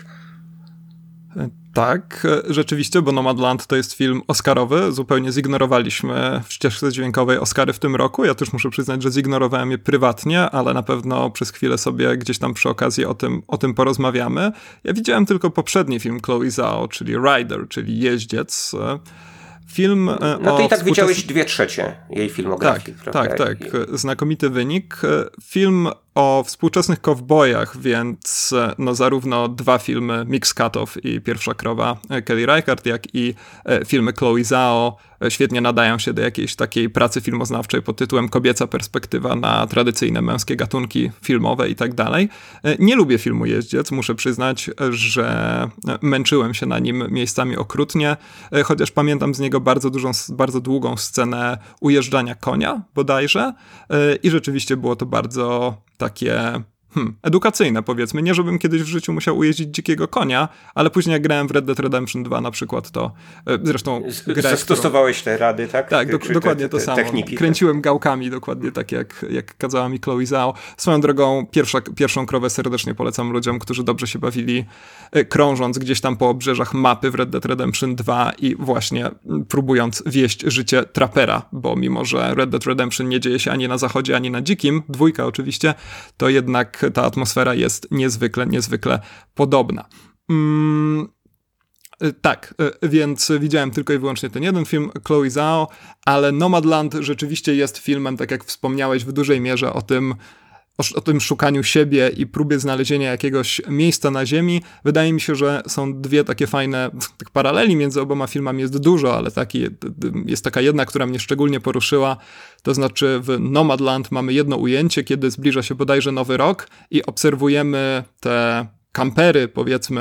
Tak, rzeczywiście, bo Nomadland to jest film oscarowy. Zupełnie zignorowaliśmy w ścieżce dźwiękowej Oscary w tym roku. Ja też muszę przyznać, że zignorowałem je prywatnie, ale na pewno przez chwilę sobie gdzieś tam przy okazji o tym, o tym porozmawiamy. Ja widziałem tylko poprzedni film Chloe Zhao, czyli Rider, czyli Jeździec. Film no to i tak współczes... widziałeś dwie trzecie jej filmografii. Tak, prawda? tak, tak. Znakomity wynik. Film o współczesnych kowbojach, więc no zarówno dwa filmy Mix Cut-Off i Pierwsza Krowa Kelly Reichardt, jak i filmy Chloe Zhao świetnie nadają się do jakiejś takiej pracy filmoznawczej pod tytułem Kobieca perspektywa na tradycyjne męskie gatunki filmowe i tak dalej. Nie lubię filmu Jeździec, muszę przyznać, że męczyłem się na nim miejscami okrutnie, chociaż pamiętam z niego bardzo dużą, bardzo długą scenę ujeżdżania konia bodajże i rzeczywiście było to bardzo takie hmm, edukacyjne, powiedzmy. Nie, żebym kiedyś w życiu musiał ujeździć dzikiego konia, ale później jak grałem w Red Dead Redemption dwa na przykład, to zresztą... Grę, Zastosowałeś którą... te rady, tak? Tak, do, dokładnie te, te, to samo. Techniki, Kręciłem tak? gałkami dokładnie tak, jak, jak kazała mi Chloe Zhao. Swoją drogą pierwsza, pierwszą krowę serdecznie polecam ludziom, którzy dobrze się bawili, krążąc gdzieś tam po obrzeżach mapy w Red Dead Redemption dwa i właśnie próbując wieść życie trapera, bo mimo, że Red Dead Redemption nie dzieje się ani na zachodzie, ani na dzikim, dwójka oczywiście, to jednak ta atmosfera jest niezwykle, niezwykle podobna. Mm, tak, więc widziałem tylko i wyłącznie ten jeden film, Chloe Zhao, ale Nomadland rzeczywiście jest filmem, tak jak wspomniałeś, w dużej mierze o tym, o, o tym szukaniu siebie i próbie znalezienia jakiegoś miejsca na ziemi. Wydaje mi się, że są dwie takie fajne, tak paraleli między oboma filmami jest dużo, ale taki, jest taka jedna, która mnie szczególnie poruszyła. To znaczy w Nomadland mamy jedno ujęcie, kiedy zbliża się bodajże Nowy Rok i obserwujemy te kampery, powiedzmy,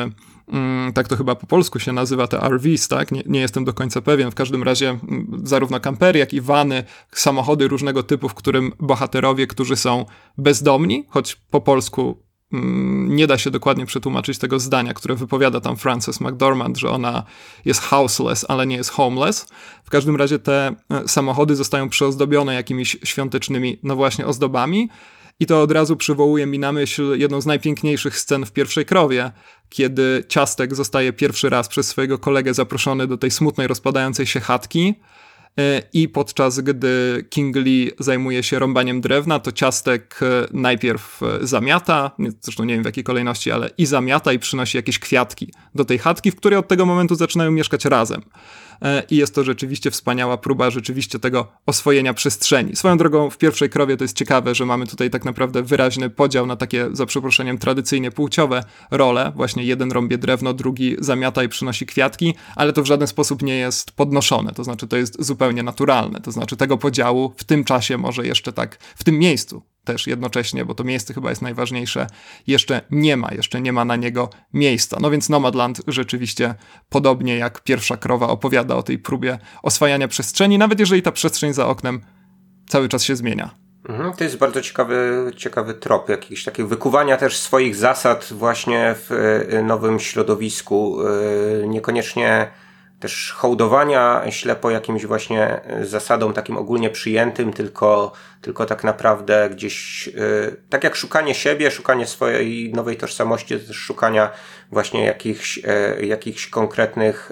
tak to chyba po polsku się nazywa, te R Vs, tak? Nie, nie jestem do końca pewien. W każdym razie zarówno kampery, jak i vany, samochody różnego typu, w którym bohaterowie, którzy są bezdomni, choć po polsku mm, nie da się dokładnie przetłumaczyć tego zdania, które wypowiada tam Frances McDormand, że ona jest houseless, ale nie jest homeless. W każdym razie te samochody zostają przyozdobione jakimiś świątecznymi, no właśnie, ozdobami. I to od razu przywołuje mi na myśl jedną z najpiękniejszych scen w Pierwszej krowie, kiedy Ciastek zostaje pierwszy raz przez swojego kolegę zaproszony do tej smutnej, rozpadającej się chatki i podczas gdy King Lee zajmuje się rąbaniem drewna, to Ciastek najpierw zamiata, zresztą nie wiem w jakiej kolejności, ale i zamiata i przynosi jakieś kwiatki do tej chatki, w której od tego momentu zaczynają mieszkać razem. I jest to rzeczywiście wspaniała próba rzeczywiście tego oswojenia przestrzeni. Swoją drogą w Pierwszej krowie to jest ciekawe, że mamy tutaj tak naprawdę wyraźny podział na takie, za przeproszeniem, tradycyjnie płciowe role. Właśnie jeden rąbie drewno, drugi zamiata i przynosi kwiatki, ale to w żaden sposób nie jest podnoszone. To znaczy to jest zupełnie naturalne. To znaczy tego podziału w tym czasie może jeszcze tak, w tym miejscu też jednocześnie, bo to miejsce chyba jest najważniejsze, jeszcze nie ma, jeszcze nie ma na niego miejsca. No więc Nomadland rzeczywiście, podobnie jak Pierwsza krowa, opowiada o tej próbie oswajania przestrzeni, nawet jeżeli ta przestrzeń za oknem cały czas się zmienia. Mhm, to jest bardzo ciekawy, ciekawy trop, jakiś taki wykuwania też swoich zasad właśnie w nowym środowisku, niekoniecznie też hołdowania ślepo jakimś właśnie zasadom takim ogólnie przyjętym, tylko, tylko tak naprawdę gdzieś, tak jak szukanie siebie, szukanie swojej nowej tożsamości, też szukania właśnie jakichś, jakichś konkretnych,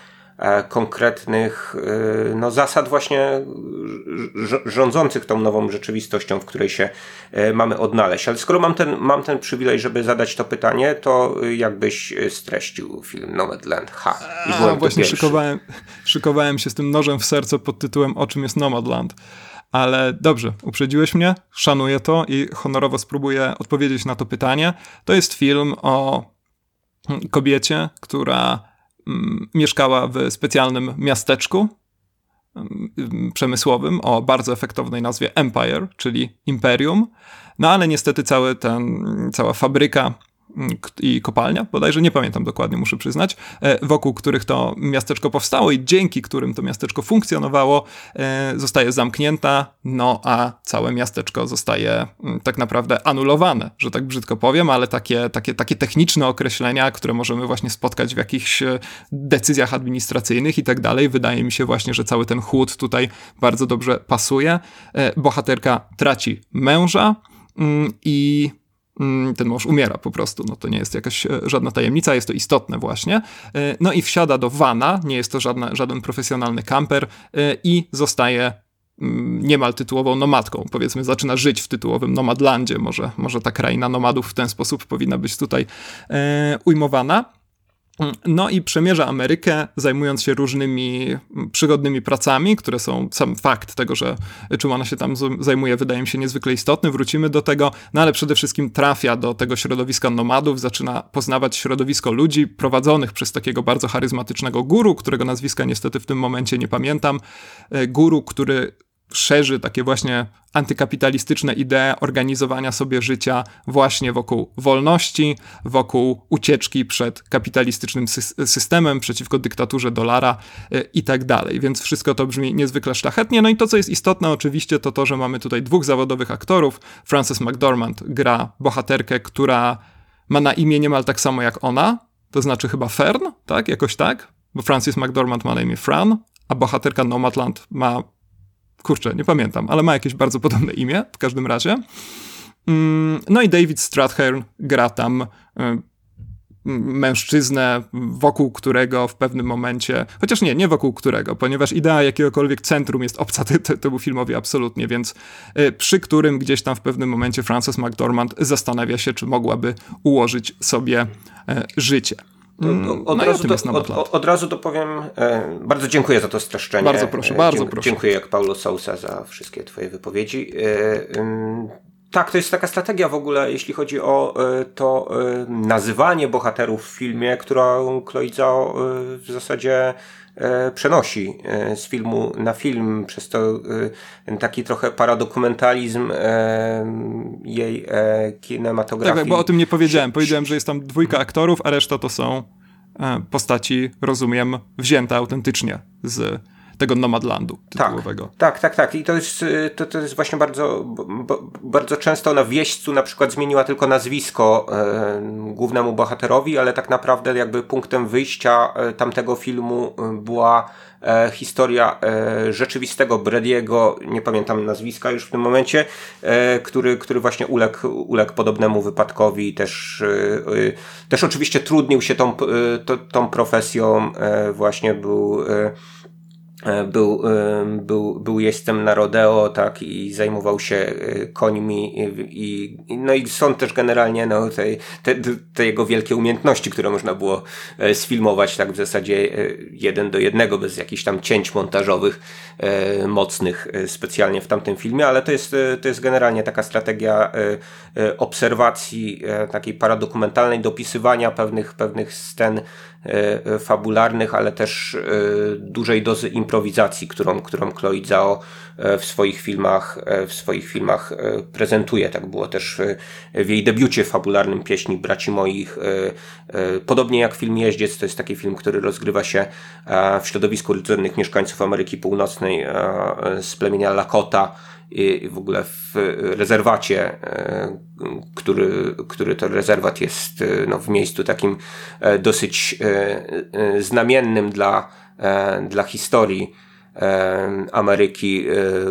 konkretnych no, zasad właśnie rządzących tą nową rzeczywistością, w której się mamy odnaleźć. Ale skoro mam ten, mam ten przywilej, żeby zadać to pytanie, to jakbyś streścił film Nomadland? Ha, i byłem A, właśnie szykowałem, szykowałem się z tym nożem w serce pod tytułem O czym jest Nomadland. Ale dobrze, uprzedziłeś mnie, szanuję to i honorowo spróbuję odpowiedzieć na to pytanie. To jest film o kobiecie, która mieszkała w specjalnym miasteczku przemysłowym o bardzo efektownej nazwie Empire, czyli Imperium. No ale niestety cały ten, cała fabryka i kopalnia, bodajże nie pamiętam dokładnie, muszę przyznać, wokół których to miasteczko powstało i dzięki którym to miasteczko funkcjonowało, zostaje zamknięta, no a całe miasteczko zostaje tak naprawdę anulowane, że tak brzydko powiem, ale takie, takie, takie techniczne określenia, które możemy właśnie spotkać w jakichś decyzjach administracyjnych i tak dalej. Wydaje mi się właśnie, że cały ten chłód tutaj bardzo dobrze pasuje. Bohaterka traci męża i ten mąż umiera po prostu, no to nie jest jakaś żadna tajemnica, jest to istotne właśnie. No i wsiada do vana, nie jest to żadna, żaden profesjonalny kamper i zostaje niemal tytułową nomadką. Powiedzmy, zaczyna żyć w tytułowym Nomadlandzie. Może, może ta kraina nomadów w ten sposób powinna być tutaj ujmowana. No i przemierza Amerykę, zajmując się różnymi przygodnymi pracami, które są, sam fakt tego, że czym ona się tam zajmuje, wydaje mi się niezwykle istotny, wrócimy do tego, no ale przede wszystkim trafia do tego środowiska nomadów, zaczyna poznawać środowisko ludzi prowadzonych przez takiego bardzo charyzmatycznego guru, którego nazwiska niestety w tym momencie nie pamiętam, guru, który szerzy takie właśnie antykapitalistyczne idee organizowania sobie życia właśnie wokół wolności, wokół ucieczki przed kapitalistycznym sy- systemem, przeciwko dyktaturze dolara yy, i tak dalej. Więc wszystko to brzmi niezwykle szlachetnie. No i to, co jest istotne oczywiście, to to, że mamy tutaj dwóch zawodowych aktorów. Frances McDormand gra bohaterkę, która ma na imię niemal tak samo jak ona, to znaczy chyba Fern, tak? Jakoś tak? Bo Frances McDormand ma na imię Fran, a bohaterka Nomadland ma Kurczę, nie pamiętam, ale ma jakieś bardzo podobne imię w każdym razie. No i David Strathairn gra tam mężczyznę, wokół którego w pewnym momencie, chociaż nie, nie wokół którego, ponieważ idea jakiegokolwiek centrum jest obca temu filmowi absolutnie, więc przy którym gdzieś tam w pewnym momencie Frances McDormand zastanawia się, czy mogłaby ułożyć sobie życie. Od, od, no razu to, od, od, od razu to powiem, e, bardzo dziękuję za to streszczenie. Bardzo proszę, bardzo Dzie- proszę. Dziękuję jak Paulo Sousa za wszystkie twoje wypowiedzi. E, e, tak, to jest taka strategia w ogóle, jeśli chodzi o e, to e, nazywanie bohaterów w filmie, którą Chloe Zhao e, w zasadzie e, przenosi e, z filmu na film, przez to e, taki trochę paradokumentalizm e, jej e, kinematografii. Tak, bo o tym nie powiedziałem. Powiedziałem, że jest tam dwójka aktorów, a reszta to są postaci, rozumiem, wzięte autentycznie z tego Nomadlandu tytułowego. Tak, tak, tak, tak. I to jest, to, to jest właśnie bardzo, bo, bardzo często na wieśćcu na przykład zmieniła tylko nazwisko e, głównemu bohaterowi, ale tak naprawdę jakby punktem wyjścia e, tamtego filmu była e, historia e, rzeczywistego Brady'ego, nie pamiętam nazwiska już w tym momencie, e, który, który właśnie uległ, uległ podobnemu wypadkowi i też, e, też oczywiście trudnił się tą, e, to, tą profesją, e, właśnie był e, Był, był, był jeźdźcem na rodeo, tak, i zajmował się końmi i, i no i są też generalnie no, te, te, te jego wielkie umiejętności, które można było sfilmować tak w zasadzie jeden do jednego, bez jakichś tam cięć montażowych mocnych specjalnie w tamtym filmie, ale to jest, to jest generalnie taka strategia obserwacji takiej paradokumentalnej, dopisywania pewnych, pewnych scen fabularnych, ale też dużej dozy improwizacji, którą, którą Chloe Zhao w swoich filmach, w swoich filmach prezentuje. Tak było też w jej debiucie fabularnym Pieśni Braci Moich. Podobnie jak film Jeździec, to jest taki film, który rozgrywa się w środowisku rdzennych mieszkańców Ameryki Północnej z plemienia Lakota, i w ogóle w rezerwacie, który, który to rezerwat jest no, w miejscu takim dosyć znamiennym dla, dla historii Ameryki,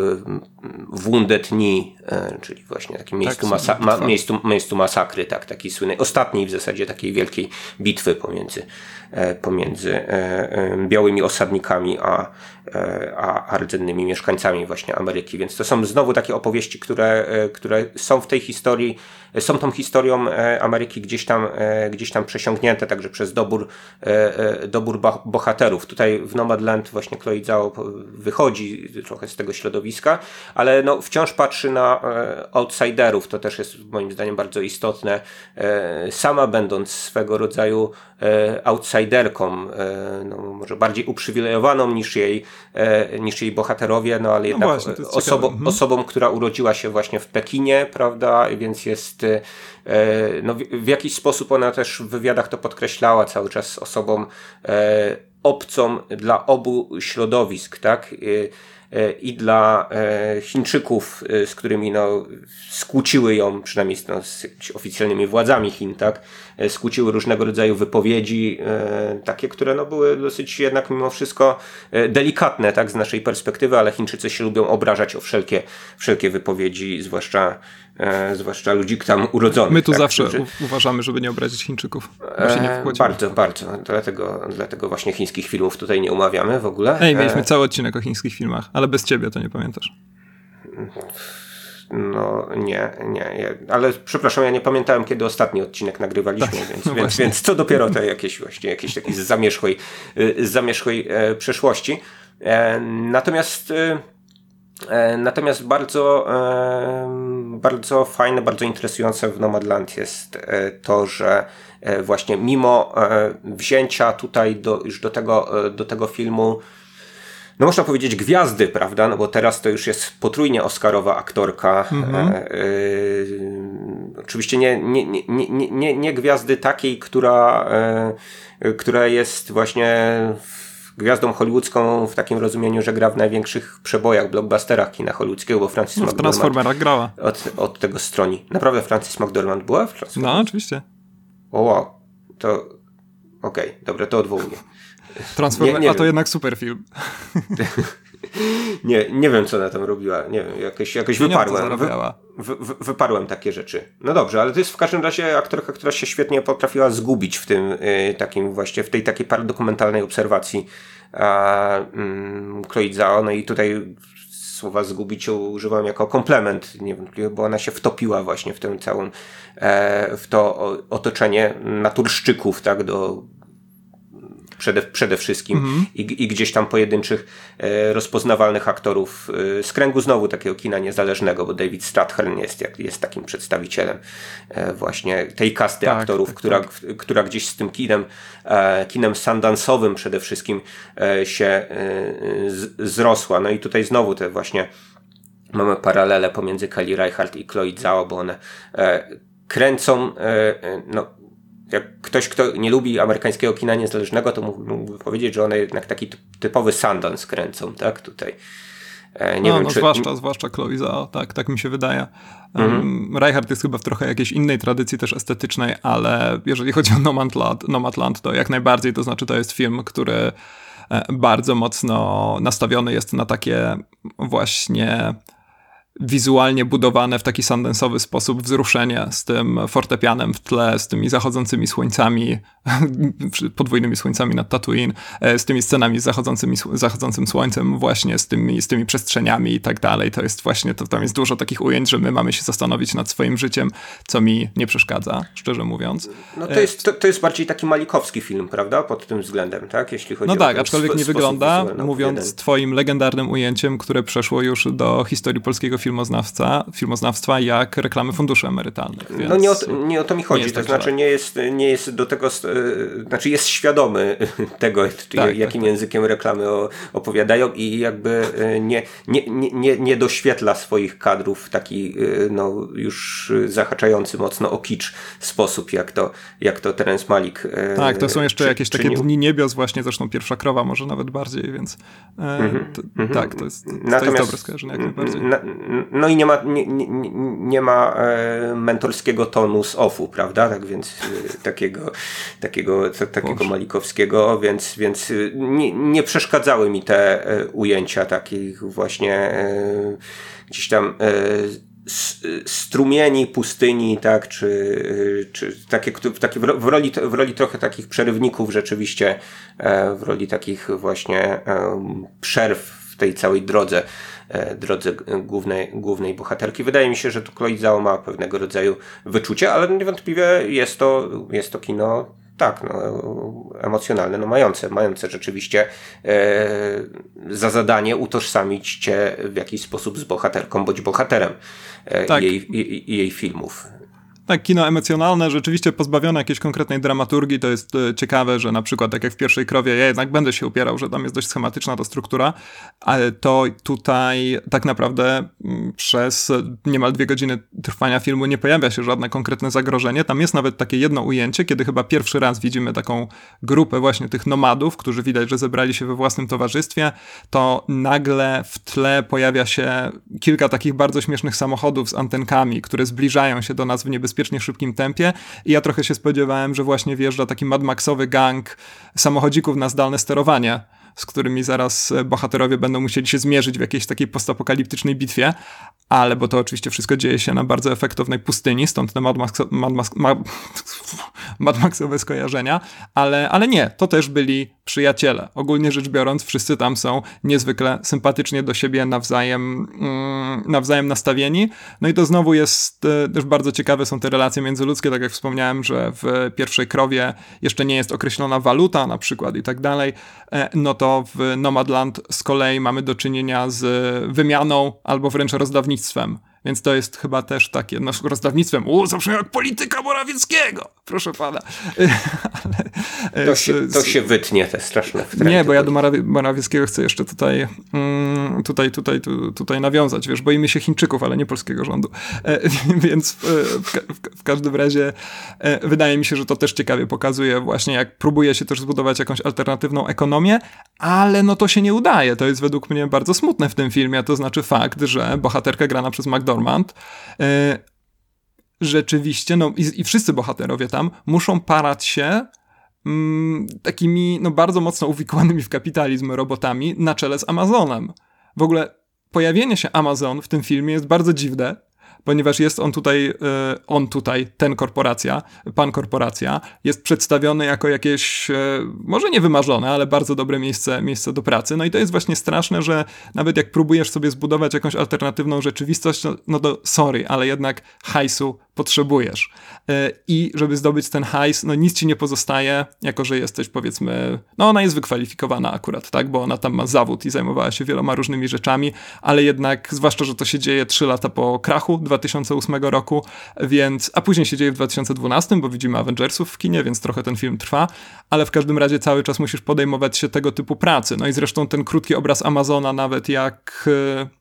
Wounded Knee, czyli właśnie takim miejscu, tak, masa- ma- miejscu, miejscu masakry, tak, takiej słynnej, ostatniej w zasadzie takiej wielkiej bitwy pomiędzy, pomiędzy białymi osadnikami a, a, a rdzennymi mieszkańcami właśnie Ameryki. Więc to są znowu takie opowieści, które, które są w tej historii, są tą historią Ameryki gdzieś tam, gdzieś tam przesiągnięte także przez dobór, dobór bohaterów. Tutaj w Nomadland właśnie Chloe Zhao wychodzi trochę z tego środowiska, ale no wciąż patrzy na e, outsiderów, to też jest moim zdaniem bardzo istotne. E, sama będąc swego rodzaju e, outsiderką, e, no może bardziej uprzywilejowaną niż jej, e, niż jej bohaterowie, no ale jednak no właśnie, osobą, mhm. osobą, która urodziła się właśnie w Pekinie, prawda, więc jest e, no w, w jakiś sposób ona też w wywiadach to podkreślała, cały czas osobą e, obcą dla obu środowisk, tak? I dla Chińczyków, z którymi no, skłóciły ją, przynajmniej no, z oficjalnymi władzami Chin, tak? Skłóciły różnego rodzaju wypowiedzi, takie, które no, były dosyć jednak mimo wszystko delikatne, tak? Z naszej perspektywy, ale Chińczycy się lubią obrażać o wszelkie, wszelkie wypowiedzi, zwłaszcza E, zwłaszcza ludzi tam urodzonych. My tu tak, zawsze którzy... u- uważamy, żeby nie obrazić Chińczyków. Bo się nie e, bardzo, bardzo. Dlatego, dlatego właśnie chińskich filmów tutaj nie umawiamy w ogóle. Ej, mieliśmy e... cały odcinek o chińskich filmach, ale bez ciebie to nie pamiętasz. No nie, nie, nie. Ale przepraszam, ja nie pamiętałem, kiedy ostatni odcinek nagrywaliśmy, tak, więc, no więc, więc co dopiero te jakieś właśnie, jakieś takie z zamierzchłej, z zamierzchłej e, przeszłości. E, natomiast e, Natomiast bardzo, bardzo fajne, bardzo interesujące w Nomadland jest to, że właśnie mimo wzięcia tutaj do, już do tego, do tego filmu, no można powiedzieć gwiazdy, prawda, no bo teraz to już jest potrójnie oscarowa aktorka. Mhm. E, e, oczywiście nie, nie, nie, nie, nie, nie gwiazdy takiej, która, e, która jest właśnie gwiazdą hollywoodzką w takim rozumieniu, że gra w największych przebojach, blockbusterach kina hollywoodzkiego, bo Frances no, w McDormand Transformerach grała. Od, od tego stroni. Naprawdę Frances McDormand była w Transformerach? No, oczywiście. O wow. To okej, okay, dobra, to odwołuję. Transformer, nie, nie a to wiem. Jednak super film. nie, nie wiem, co ona tam robiła. Nie wiem, jakoś, jakoś wyparłem. Wy, wy, wyparłem takie rzeczy. No dobrze, ale to jest w każdym razie aktorka, która się świetnie potrafiła zgubić w tym y, takim właśnie, w tej takiej paradokumentalnej obserwacji a, mm, Chloe Zhao. No i tutaj słowa zgubić używam jako komplement, niewątpliwie, bo ona się wtopiła właśnie w tę całą, e, w to otoczenie naturszczyków, tak, do Przede, przede wszystkim mm-hmm. I, i gdzieś tam pojedynczych e, rozpoznawalnych aktorów e, z kręgu znowu takiego kina niezależnego, bo David Strathairn jest, jak, jest takim przedstawicielem e, właśnie tej kasty tak, aktorów, tak, która, tak. W, która gdzieś z tym kinem, e, kinem sundance'owym przede wszystkim e, się e, z, zrosła. No i tutaj znowu te właśnie mamy paralele pomiędzy Kelly Reichardt i Chloe Zhao, bo one e, kręcą e, no jak ktoś, kto nie lubi amerykańskiego kina niezależnego, to mógłby powiedzieć, że one jednak taki typowy Sundance kręcą, tak, tutaj. Nie no, wiem, no, czy... zwłaszcza, zwłaszcza Chloe Zhao, tak, tak mi się wydaje. Mhm. Um, Reichardt jest chyba w trochę jakiejś innej tradycji też estetycznej, ale jeżeli chodzi o Nomadland, Nomadland, to jak najbardziej, to znaczy to jest film, który bardzo mocno nastawiony jest na takie właśnie wizualnie budowane w taki sundance'owy sposób wzruszenie z tym fortepianem w tle, z tymi zachodzącymi słońcami, podwójnymi słońcami nad Tatooine, z tymi scenami z zachodzącymi, zachodzącym słońcem, właśnie z tymi, z tymi przestrzeniami i tak dalej. To jest właśnie, to tam jest dużo takich ujęć, że my mamy się zastanowić nad swoim życiem, co mi nie przeszkadza, szczerze mówiąc. No to jest, to, to jest bardziej taki malikowski film, prawda? Pod tym względem, tak? Jeśli chodzi no o tak, aczkolwiek nie wygląda, mówiąc jeden. twoim legendarnym ujęciem, które przeszło już do historii polskiego filmoznawstwa, filmoznawstwa jak reklamy funduszy emerytalnych. No nie o, nie o to mi chodzi, to tak znaczy źle. nie jest, nie jest do tego, znaczy jest świadomy tego, tak, jakim tak, językiem tak. reklamy opowiadają i jakby nie, nie, nie, nie doświetla swoich kadrów w taki no, już zahaczający mocno o kicz sposób, jak to, jak to Terence Malick Tak, to są jeszcze czy, jakieś takie czynił. Dni Niebios właśnie, zresztą Pierwsza krowa może nawet bardziej, więc mm-hmm, to, mm-hmm. tak, to jest, to, to jest dobre skojarzenie jak najbardziej. Na, no i nie ma, nie, nie, nie ma e, mentorskiego tonu z offu, prawda? Tak więc e, takiego, takiego, t, takiego malikowskiego, więc, więc nie, nie przeszkadzały mi te e, ujęcia takich właśnie e, gdzieś tam e, strumieni pustyni, tak, czy, czy takie, takie w, roli, w roli trochę takich przerywników rzeczywiście, e, w roli takich właśnie e, przerw w tej całej drodze drodze głównej, głównej bohaterki. Wydaje mi się, że tu Chloe Zhao ma pewnego rodzaju wyczucie, ale niewątpliwie jest to, jest to kino tak, no, emocjonalne, no mające, mające rzeczywiście e, za zadanie utożsamić cię w jakiś sposób z bohaterką bądź bohaterem e, tak. jej, jej, jej filmów. Tak, kino emocjonalne, rzeczywiście pozbawione jakiejś konkretnej dramaturgii, to jest e, ciekawe, że na przykład tak jak w Pierwszej krowie, ja jednak będę się upierał, że tam jest dość schematyczna ta struktura, ale to tutaj tak naprawdę m, przez niemal dwie godziny trwania filmu nie pojawia się żadne konkretne zagrożenie. Tam jest nawet takie jedno ujęcie, kiedy chyba pierwszy raz widzimy taką grupę właśnie tych nomadów, którzy widać, że zebrali się we własnym towarzystwie, to nagle w tle pojawia się kilka takich bardzo śmiesznych samochodów z antenkami, które zbliżają się do nas w niebezpiecznym szybkim tempie i ja trochę się spodziewałem, że właśnie wjeżdża taki Mad Maxowy gang samochodzików na zdalne sterowanie, z którymi zaraz bohaterowie będą musieli się zmierzyć w jakiejś takiej postapokaliptycznej bitwie, ale bo to oczywiście wszystko dzieje się na bardzo efektownej pustyni, stąd te Mad, Max, Mad, Max, Mad, Mad Maxowe skojarzenia, ale, ale nie, to też byli przyjaciele. Ogólnie rzecz biorąc, wszyscy tam są niezwykle sympatycznie do siebie nawzajem, mm, nawzajem nastawieni. No i to znowu jest e, też bardzo ciekawe są te relacje międzyludzkie, tak jak wspomniałem, że w Pierwszej krowie jeszcze nie jest określona waluta na przykład i tak dalej, e, no to w Nomadland z kolei mamy do czynienia z wymianą albo wręcz rozdawnictwem. Więc to jest chyba też takie, no rozdawnictwem, u, zabrzmiał jak polityka Morawieckiego, proszę pana. Ale, to, się, to się wytnie, te straszne wtręty. Nie, bo ja do Morawie, Morawieckiego chcę jeszcze tutaj, mm, tutaj, tutaj, tu, tutaj nawiązać, wiesz, boimy się Chińczyków, ale nie polskiego rządu. E, więc w, w, w każdym razie e, wydaje mi się, że to też ciekawie pokazuje właśnie, jak próbuje się też zbudować jakąś alternatywną ekonomię, ale no to się nie udaje. To jest według mnie bardzo smutne w tym filmie, to znaczy fakt, że bohaterka grana przez McDonald's Dormant, yy, rzeczywiście, no i, i wszyscy bohaterowie tam muszą parać się mm, takimi no bardzo mocno uwikłanymi w kapitalizm robotami na czele z Amazonem. W ogóle pojawienie się Amazon w tym filmie jest bardzo dziwne, ponieważ jest on tutaj, yy, on tutaj, ten korporacja, pan korporacja, jest przedstawiony jako jakieś, yy, może nie wymarzone, ale bardzo dobre miejsce, miejsce do pracy. No i to jest właśnie straszne, że nawet jak próbujesz sobie zbudować jakąś alternatywną rzeczywistość, no, no to sorry, ale jednak hajsu potrzebujesz. Yy, I żeby zdobyć ten hajs, no nic ci nie pozostaje, jako że jesteś powiedzmy, no ona jest wykwalifikowana akurat, tak, bo ona tam ma zawód i zajmowała się wieloma różnymi rzeczami, ale jednak, zwłaszcza, że to się dzieje trzy lata po krachu dwa tysiące ósmego roku, więc, a później się dzieje w dwa tysiące dwunastym, bo widzimy Avengersów w kinie, więc trochę ten film trwa, ale w każdym razie cały czas musisz podejmować się tego typu pracy. No i zresztą ten krótki obraz Amazona, nawet jak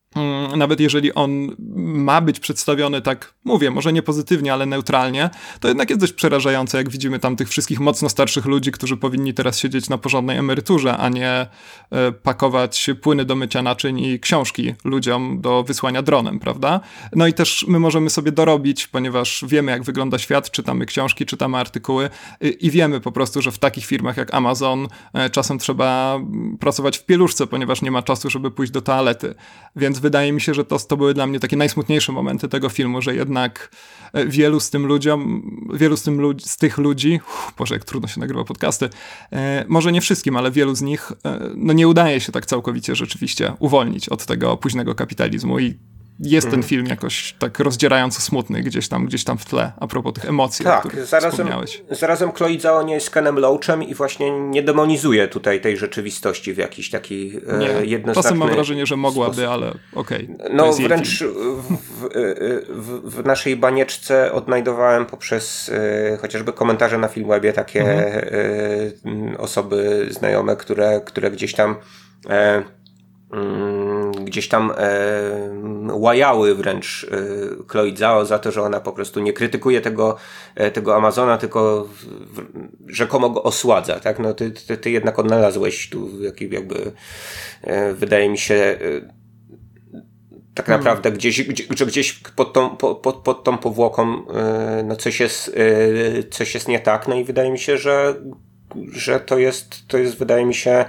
nawet jeżeli on ma być przedstawiony tak, mówię, może nie pozytywnie, ale neutralnie, to jednak jest dość przerażające, jak widzimy tam tych wszystkich mocno starszych ludzi, którzy powinni teraz siedzieć na porządnej emeryturze, a nie e, pakować płyny do mycia naczyń i książki ludziom do wysłania dronem, prawda? No i też my możemy sobie dorobić, ponieważ wiemy, jak wygląda świat, czytamy książki, czytamy artykuły i, i wiemy po prostu, że w takich firmach jak Amazon e, czasem trzeba pracować w pieluszce, ponieważ nie ma czasu, żeby pójść do toalety. Więc wydaje mi się, że to, to były dla mnie takie najsmutniejsze momenty tego filmu, że jednak wielu z tym ludziom, wielu z, tym lud- z tych ludzi, uff, Boże, jak trudno się nagrywa podcasty, e, może nie wszystkim, ale wielu z nich, e, no nie udaje się tak całkowicie rzeczywiście uwolnić od tego późnego kapitalizmu i jest ten film jakoś tak rozdzierająco smutny gdzieś tam, gdzieś tam w tle, a propos tych emocji, tak, o których zarazem, wspomniałeś. Zarazem Chloe Zhao nie jest Kenem Loachem i właśnie nie demonizuje tutaj tej rzeczywistości w jakiś taki nie, e, jednoznaczny czasem mam wrażenie, że mogłaby, sposób. Ale okej. Okay, no wręcz w, w, w naszej banieczce odnajdowałem poprzez e, chociażby komentarze na Filmwebie takie mhm. e, osoby znajome, które, które gdzieś tam e, gdzieś tam e, łajały wręcz e, Chloe Zhao za to, że ona po prostu nie krytykuje tego, e, tego Amazona, tylko w, w, rzekomo go osładza, tak? No ty, ty, ty jednak odnalazłeś tu jakby, jakby e, wydaje mi się e, tak naprawdę hmm. gdzieś, gdzie, gdzieś pod tą, po, pod, pod tą powłoką e, no coś jest, e, coś jest nie tak, no i wydaje mi się, że, że to jest, to jest wydaje mi się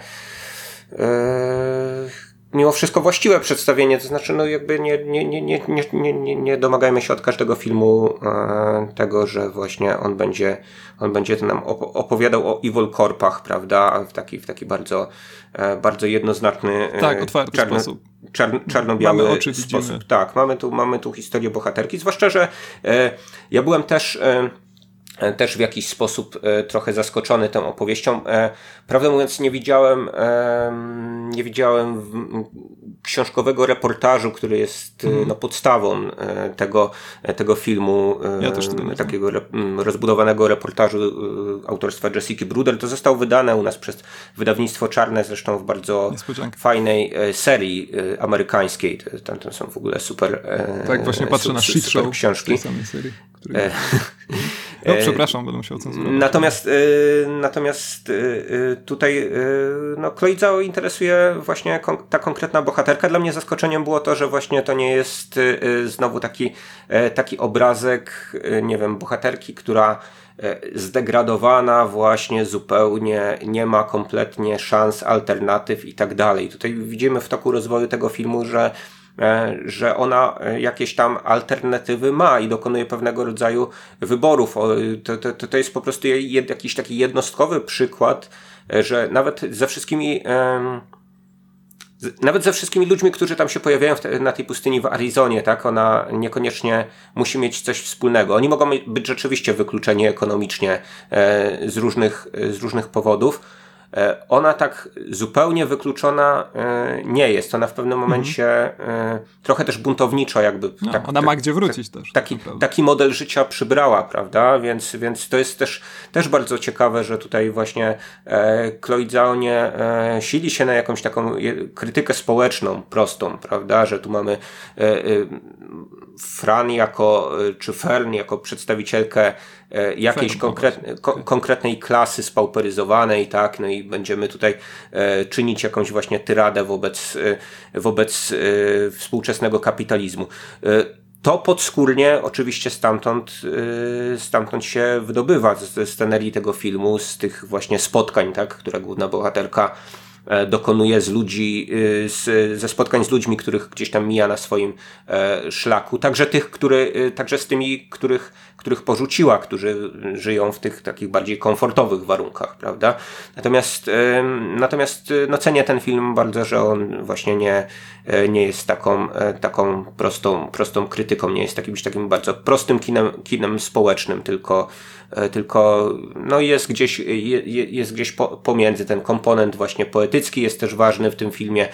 e, mimo wszystko właściwe przedstawienie, to znaczy no jakby nie, nie, nie, nie, nie, nie, nie domagajmy się od każdego filmu e, tego, że właśnie on będzie, on będzie to nam op- opowiadał o evil corpach, prawda, w taki, w taki bardzo, e, bardzo jednoznaczny, e, tak, otwarty czarno, sposób. Czarn, czarno-biały mamy oczy, sposób. widzimy. Tak, mamy tu, mamy tu historię bohaterki, zwłaszcza, że e, ja byłem też e, też w jakiś sposób e, trochę zaskoczony tą opowieścią. E, prawdę mówiąc, nie widziałem e, nie widziałem w, m, książkowego reportażu, który jest mm. e, no, podstawą e, tego, e, tego filmu, e, ja też tego takiego re, m, rozbudowanego reportażu e, autorstwa Jessica Bruder. To zostało wydane u nas przez wydawnictwo Czarne, zresztą w bardzo fajnej e, serii e, amerykańskiej. Tam, tam są w ogóle super e, tak, właśnie patrzę su, su, na shit show książki. tej samej serii. Której... No przepraszam, będę musiał cenzurować. Natomiast, y, natomiast y, tutaj y, no, Chloe Zhao interesuje właśnie kon- ta konkretna bohaterka. Dla mnie zaskoczeniem było to, że właśnie to nie jest y, znowu taki, y, taki obrazek, y, nie wiem, bohaterki, która y, zdegradowana właśnie zupełnie, nie ma kompletnie szans, alternatyw i tak dalej. Tutaj widzimy w toku rozwoju tego filmu, że że ona jakieś tam alternatywy ma i dokonuje pewnego rodzaju wyborów. To, to, to jest po prostu jed, jakiś taki jednostkowy przykład, że nawet ze wszystkimi nawet ze wszystkimi ludźmi, którzy tam się pojawiają w te, na tej pustyni w Arizonie, tak, ona niekoniecznie musi mieć coś wspólnego. Oni mogą być rzeczywiście wykluczeni ekonomicznie z różnych, z różnych powodów. Ona tak zupełnie wykluczona nie jest. Ona w pewnym momencie mm. trochę też buntowniczo jakby. No, tak, ona tak, ma gdzie wrócić tak, też. Taki, taki model życia przybrała, prawda? Więc, więc to jest też, też bardzo ciekawe, że tutaj właśnie e, Chloe Zhao nie e, sili się na jakąś taką je, krytykę społeczną prostą, prawda? Że tu mamy e, e, Fran jako, czy Fern jako przedstawicielkę e, jakiejś konkretne, ko, konkretnej klasy spauperyzowanej, tak? No i będziemy tutaj e, czynić jakąś właśnie tyradę wobec, e, wobec e, współczesnego kapitalizmu. E, to podskórnie oczywiście stamtąd, e, stamtąd się wydobywa z, z scenerii tego filmu, z tych właśnie spotkań, tak? Które główna bohaterka dokonuje z ludzi, z, ze spotkań z ludźmi, których gdzieś tam mija na swoim e, szlaku. Także tych, który, także z tymi, których, których porzuciła, którzy żyją w tych takich bardziej komfortowych warunkach, prawda? Natomiast, e, natomiast no cenię ten film bardzo, że on właśnie nie, e, nie jest taką, e, taką prostą, prostą krytyką, nie jest jakimś takim bardzo prostym kinem, kinem społecznym, tylko tylko no jest gdzieś, jest gdzieś pomiędzy. Ten komponent właśnie poetycki jest też ważny w tym filmie.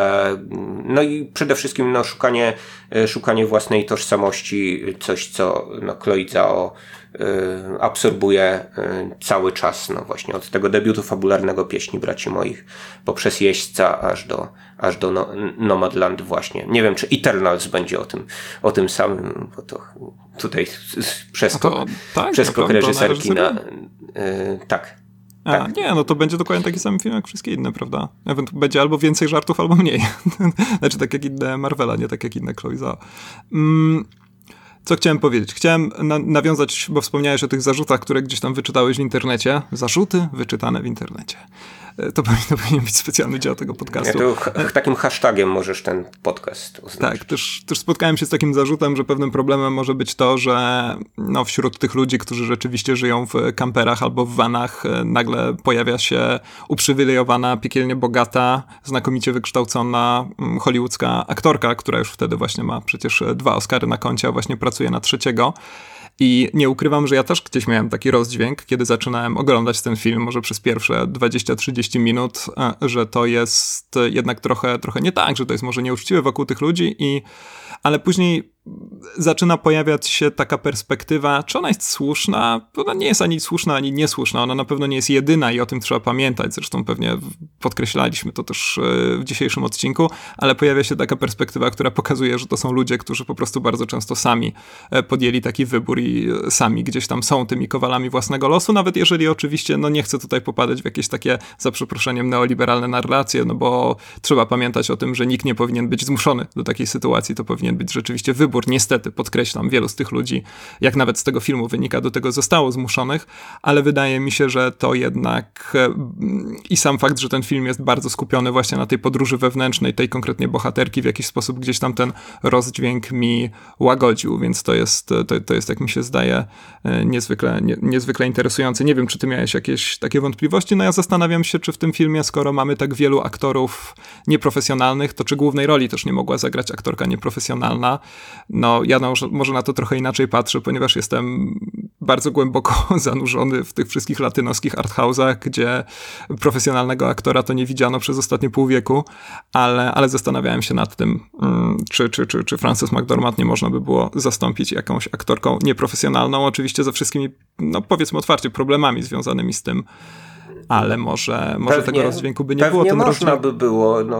No i przede wszystkim no, szukanie, szukanie własnej tożsamości, coś co no, Chloe Zhao absorbuje cały czas, no właśnie od tego debiutu fabularnego Pieśni Braci Moich poprzez Jeźdźca aż do, aż do no, Nomadland właśnie. Nie wiem, czy Eternals będzie o tym, o tym samym, bo to tutaj przeskok, to, tak, przeskok reżyserki na... na yy, tak. A, tak. Nie, no to będzie dokładnie taki sam film jak wszystkie inne, prawda? Ewentualnie będzie albo więcej żartów, albo mniej. Znaczy tak jak inne Marvela, nie tak jak inne Chloe Zhao. Mm. Co chciałem powiedzieć? Chciałem na- nawiązać, bo wspomniałeś o tych zarzutach, które gdzieś tam wyczytałeś w internecie. Zarzuty wyczytane w internecie. To powinien, to powinien być specjalny dział tego podcastu. Ja to ch- takim hashtagiem możesz ten podcast oznaczyć. Tak, też, też spotkałem się z takim zarzutem, że pewnym problemem może być to, że no, wśród tych ludzi, którzy rzeczywiście żyją w kamperach albo w vanach, nagle pojawia się uprzywilejowana, piekielnie bogata, znakomicie wykształcona hollywoodzka aktorka, która już wtedy właśnie ma przecież dwa Oscary na koncie, a właśnie pracuje na trzeciego. I nie ukrywam, że ja też gdzieś miałem taki rozdźwięk, kiedy zaczynałem oglądać ten film, może przez pierwsze dwadzieścia trzydzieści minut, że to jest jednak trochę, trochę nie tak, że to jest może nieuczciwe wokół tych ludzi, i, ale później zaczyna pojawiać się taka perspektywa, czy ona jest słuszna? Ona nie jest ani słuszna, ani niesłuszna. Ona na pewno nie jest jedyna i o tym trzeba pamiętać. Zresztą pewnie podkreślaliśmy to też w dzisiejszym odcinku, ale pojawia się taka perspektywa, która pokazuje, że to są ludzie, którzy po prostu bardzo często sami podjęli taki wybór i sami gdzieś tam są tymi kowalami własnego losu, nawet jeżeli oczywiście, no nie chcę tutaj popadać w jakieś takie, za przeproszeniem, neoliberalne narracje, no bo trzeba pamiętać o tym, że nikt nie powinien być zmuszony do takiej sytuacji. To powinien być rzeczywiście wybór. Niestety, podkreślam, wielu z tych ludzi, jak nawet z tego filmu wynika, do tego zostało zmuszonych, ale wydaje mi się, że to jednak i sam fakt, że ten film jest bardzo skupiony właśnie na tej podróży wewnętrznej, tej konkretnie bohaterki, w jakiś sposób gdzieś tam ten rozdźwięk mi łagodził, więc to jest, to, to jest, jak mi się zdaje, niezwykle, nie, niezwykle interesujące. Nie wiem, czy ty miałeś jakieś takie wątpliwości? No ja zastanawiam się, czy w tym filmie, skoro mamy tak wielu aktorów nieprofesjonalnych, to czy głównej roli też nie mogła zagrać aktorka nieprofesjonalna? No, ja no, może na to trochę inaczej patrzę, ponieważ jestem bardzo głęboko zanurzony w tych wszystkich latynoskich arthouse'ach, gdzie profesjonalnego aktora to nie widziano przez ostatnie pół wieku, ale, ale zastanawiałem się nad tym, czy, czy, czy, czy Frances McDormand nie można by było zastąpić jakąś aktorką nieprofesjonalną, oczywiście ze wszystkimi, no powiedzmy otwarcie, problemami związanymi z tym, ale może, może pewnie, tego rozdźwięku by nie pewnie było. Ten można rozdźwięk... by było no,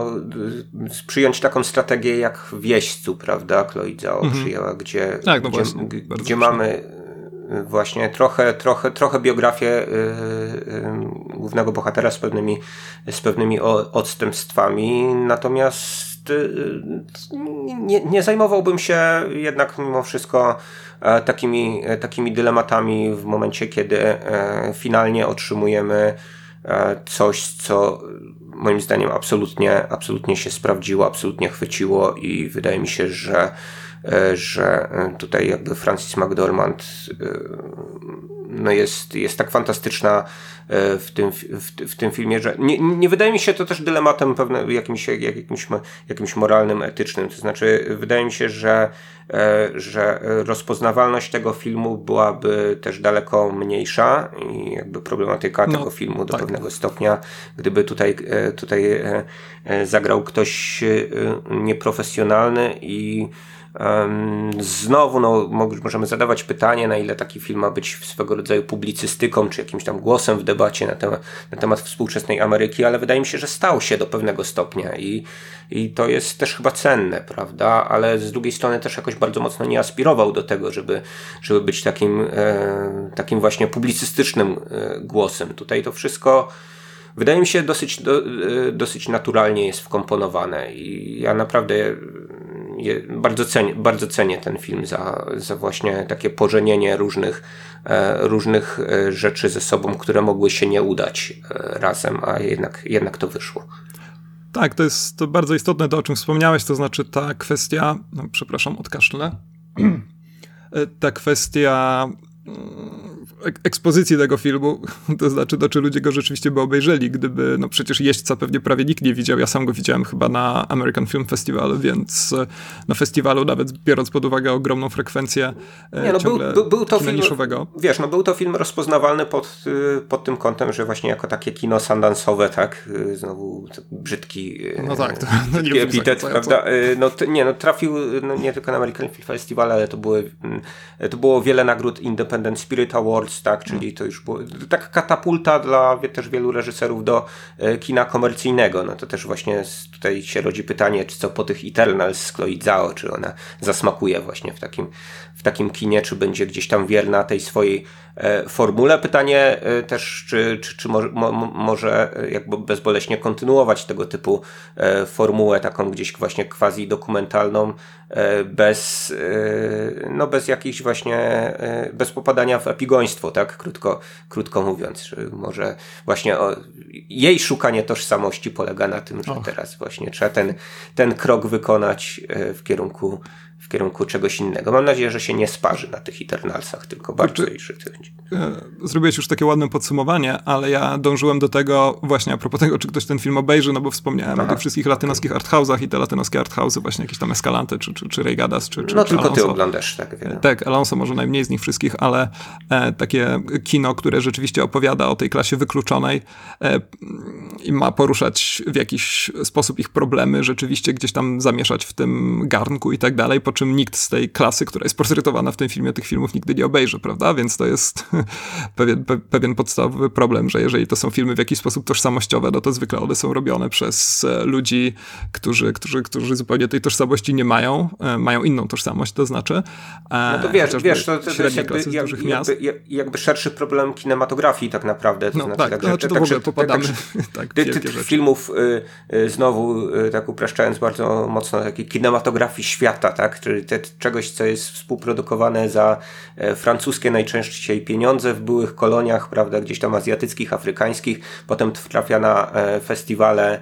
przyjąć taką strategię jak w Jeźdźcu, prawda? Chloe Zhao mm-hmm. przyjęła, gdzie, tak, no gdzie, właśnie, g- gdzie mamy właśnie trochę, trochę, trochę biografię yy, yy, głównego bohatera z pewnymi, z pewnymi o, odstępstwami, natomiast yy, nie, nie zajmowałbym się jednak mimo wszystko e, takimi, e, takimi dylematami w momencie, kiedy e, finalnie otrzymujemy e, coś, co moim zdaniem absolutnie, absolutnie się sprawdziło, absolutnie chwyciło i wydaje mi się, że że tutaj jakby Frances McDormand no jest, jest tak fantastyczna w tym, w, w tym filmie, że nie, nie wydaje mi się to też dylematem pewnym jakimś, jakimś, jakimś moralnym, etycznym. To znaczy wydaje mi się, że, że rozpoznawalność tego filmu byłaby też daleko mniejsza i jakby problematyka no, tego filmu do tak. pewnego stopnia, gdyby tutaj, tutaj zagrał ktoś nieprofesjonalny i Um, znowu no, możemy zadawać pytanie, na ile taki film ma być swego rodzaju publicystyką, czy jakimś tam głosem w debacie na temat, na temat współczesnej Ameryki, ale wydaje mi się, że stał się do pewnego stopnia i, i to jest też chyba cenne, prawda, ale z drugiej strony też jakoś bardzo mocno nie aspirował do tego, żeby, żeby być takim, e, takim właśnie publicystycznym e, głosem. Tutaj to wszystko wydaje mi się dosyć, do, dosyć naturalnie jest wkomponowane i ja naprawdę je, bardzo, cenię, bardzo cenię ten film za, za właśnie takie pożenienie różnych, e, różnych rzeczy ze sobą, które mogły się nie udać e, razem, a jednak, jednak to wyszło. Tak, to jest to bardzo istotne, to o czym wspomniałeś, to znaczy ta kwestia, no, przepraszam, odkaszlę, ta kwestia ekspozycji tego filmu, to znaczy, to czy ludzie go rzeczywiście by obejrzeli, gdyby, no przecież Jeźdźca pewnie prawie nikt nie widział, ja sam go widziałem chyba na American Film Festival, więc na festiwalu, nawet biorąc pod uwagę ogromną frekwencję nie, no ciągle był, był to film, niszowego. Wiesz, no był to film rozpoznawalny pod, pod tym kątem, że właśnie jako takie kino sundance'owe, tak, znowu brzydki, no tak, to, no nie epitet, prawda, no t- nie, no trafił no, nie tylko na American Film Festival, ale to były, to było wiele nagród Independent Spirit Awards, tak, czyli to już było taka katapulta dla też wielu reżyserów do kina komercyjnego, no to też właśnie tutaj się rodzi pytanie, czy co po tych Eternals z Chloe Zhao, czy ona zasmakuje właśnie w takim, w takim kinie, czy będzie gdzieś tam wierna tej swojej e, formule. Pytanie e, też, czy, czy, czy mo, mo, może jakby bezboleśnie kontynuować tego typu e, formułę, taką gdzieś właśnie quasi dokumentalną, e, bez, e, no bez jakichś właśnie, e, bez popadania w epigoństwo, tak, krótko, krótko mówiąc, że może właśnie o, jej szukanie tożsamości polega na tym, że Och. teraz właśnie trzeba ten, ten krok wykonać e, w kierunku w kierunku czegoś innego. Mam nadzieję, że się nie sparzy na tych Eternalsach, tylko bardzo jej życie będzie. Zrobiłeś już takie ładne podsumowanie, ale ja dążyłem do tego właśnie a propos tego, czy ktoś ten film obejrzy, no bo wspomniałem Aha, o tych wszystkich latynoskich okay. arthouse'ach i te latynoskie arthouse'y, właśnie jakieś tam Escalante, czy, czy, czy Reygadas, czy, czy No czy tylko Alonso. Ty oglądasz, tak. Wiem. Tak, Alonso może najmniej z nich wszystkich, ale e, takie kino, które rzeczywiście opowiada o tej klasie wykluczonej e, i ma poruszać w jakiś sposób ich problemy, rzeczywiście gdzieś tam zamieszać w tym garnku i tak dalej, po czym nikt z tej klasy, która jest portretowana w tym filmie, tych filmów nigdy nie obejrzy, prawda? Więc to jest pewien, pe, pewien podstawowy problem, że jeżeli to są filmy w jakiś sposób tożsamościowe, no to zwykle one są robione przez ludzi, którzy, którzy, którzy zupełnie tej tożsamości nie mają, mają inną tożsamość, to znaczy. No to wiesz, wiesz to, to jest jakby, jakby, jakby, jakby szerszy problem kinematografii tak naprawdę. To no znaczy, tak, tak, to znaczy to w ogóle popadamy tak, ty, ty, tych filmów y, y, znowu, y, tak upraszczając bardzo mocno, takiej kinematografii świata, tak, czyli te, czegoś, co jest współprodukowane za e, francuskie najczęściej pieniądze w byłych koloniach, prawda, gdzieś tam azjatyckich, afrykańskich, potem trafia na e, festiwale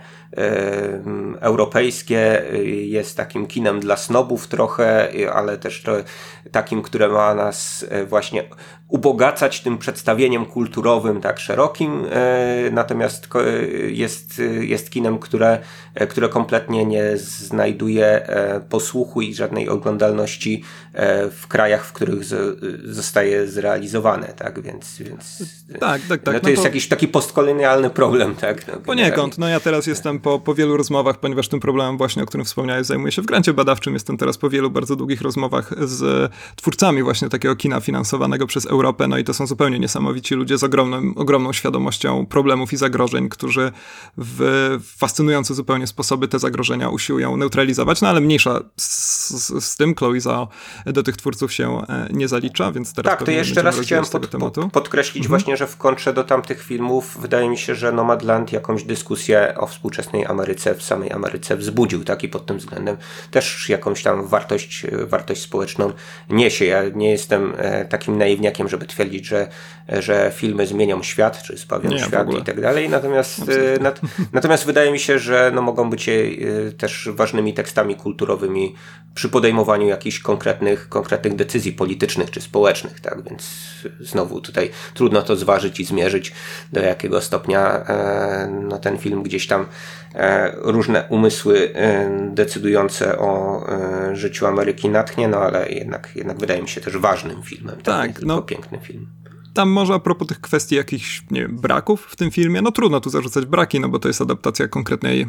e, europejskie, e, jest takim kinem dla snobów trochę, e, ale też trochę takim, które ma nas e, właśnie ubogacać tym przedstawieniem kulturowym tak szerokim, e, natomiast e, jest, jest kinem, które, e, które kompletnie nie znajduje e, posłuchu i żadnej oglądalności e, w krajach, w których z, zostaje zrealizowane, tak, więc, więc tak, tak, tak. No to no jest to... jakiś taki postkolonialny problem, tak. No, poniekąd, no ja teraz jestem po, po wielu rozmowach, ponieważ tym problemem właśnie, o którym wspomniałeś, zajmuję się w grancie badawczym, jestem teraz po wielu bardzo długich rozmowach z twórcami właśnie takiego kina finansowanego przez Europę, no i to są zupełnie niesamowici ludzie z ogromnym, ogromną świadomością problemów i zagrożeń, którzy w fascynujące zupełnie sposoby te zagrożenia usiłują neutralizować, no ale mniejsza z, z, z tym, Chloe Zhao do tych twórców się nie zalicza, więc teraz tak, to jeszcze raz chciałem pod, pod, podkreślić mhm. właśnie, że w kontrze do tamtych filmów wydaje mi się, że Nomadland jakąś dyskusję o współczesnej Ameryce, w samej Ameryce wzbudził, tak, i pod tym względem też jakąś tam wartość, wartość społeczną niesie. Ja nie jestem e, takim naiwniakiem, żeby twierdzić, że, że filmy zmienią świat, czy zbawią nie, świat i tak dalej, natomiast, e, nat, natomiast wydaje mi się, że no, mogą być e, też ważnymi tekstami kulturowymi przy podejmowaniu jakichś konkretnych, konkretnych decyzji politycznych czy społecznych, tak, więc znowu tutaj trudno to zważyć i zmierzyć, do jakiego stopnia e, no, ten film gdzieś tam e, różne umysły e, decydujące o e, życiu Ameryki natchnie, no ale jednak, jednak wydaje mi się też ważnym filmem, tak, tak nie tylko no. piękny film. Tam może a propos tych kwestii jakichś, nie wiem, braków w tym filmie, no trudno tu zarzucać braki, no bo to jest adaptacja konkretnej,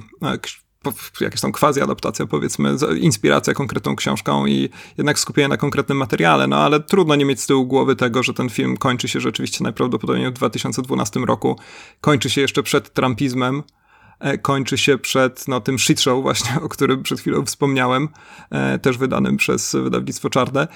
jakaś tam quasi-adaptacja, powiedzmy, inspiracja konkretną książką i jednak skupienie na konkretnym materiale, no ale trudno nie mieć z tyłu głowy tego, że ten film kończy się rzeczywiście najprawdopodobniej w dwa tysiące dwunastym roku, kończy się jeszcze przed trumpizmem, kończy się przed no, tym shit show właśnie, o którym przed chwilą wspomniałem, też wydanym przez wydawnictwo Czarne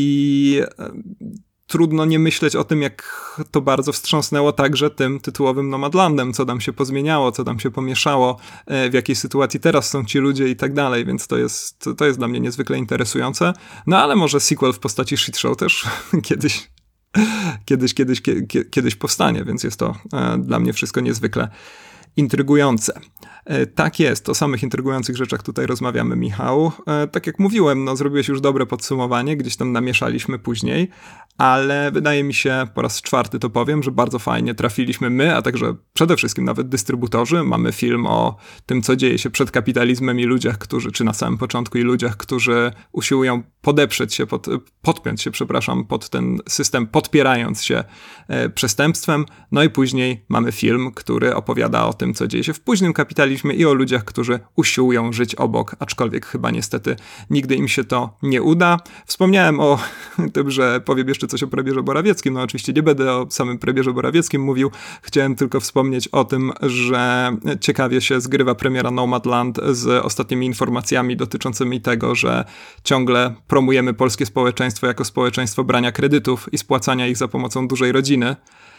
i trudno nie myśleć o tym, jak to bardzo wstrząsnęło także tym tytułowym Nomadlandem, co tam się pozmieniało, co tam się pomieszało, w jakiej sytuacji teraz są ci ludzie i tak dalej, więc to jest, to jest dla mnie niezwykle interesujące. No ale może sequel w postaci shit show też kiedyś, kiedyś, kiedyś, kiedyś powstanie, więc jest to dla mnie wszystko niezwykle intrygujące. Tak jest, o samych intrygujących rzeczach tutaj rozmawiamy, Michał. Tak jak mówiłem, no zrobiłeś już dobre podsumowanie, gdzieś tam namieszaliśmy później, ale wydaje mi się, po raz czwarty to powiem, że bardzo fajnie trafiliśmy my, a także przede wszystkim nawet dystrybutorzy. Mamy film o tym, co dzieje się przed kapitalizmem i ludziach, którzy, czy na samym początku i ludziach, którzy usiłują podeprzeć się, pod, podpiąć się, przepraszam, pod ten system, podpierając się e, przestępstwem. No i później mamy film, który opowiada o tym, co dzieje się w późnym kapitalizmie i o ludziach, którzy usiłują żyć obok, aczkolwiek chyba niestety nigdy im się to nie uda. Wspomniałem o tym, że powiem jeszcze coś o premierze Borawieckim. No oczywiście nie będę o samym premierze Borawieckim mówił. Chciałem tylko wspomnieć o tym, że ciekawie się zgrywa premiera Nomadland z ostatnimi informacjami dotyczącymi tego, że ciągle promujemy polskie społeczeństwo jako społeczeństwo brania kredytów i spłacania ich za pomocą dużej rodziny.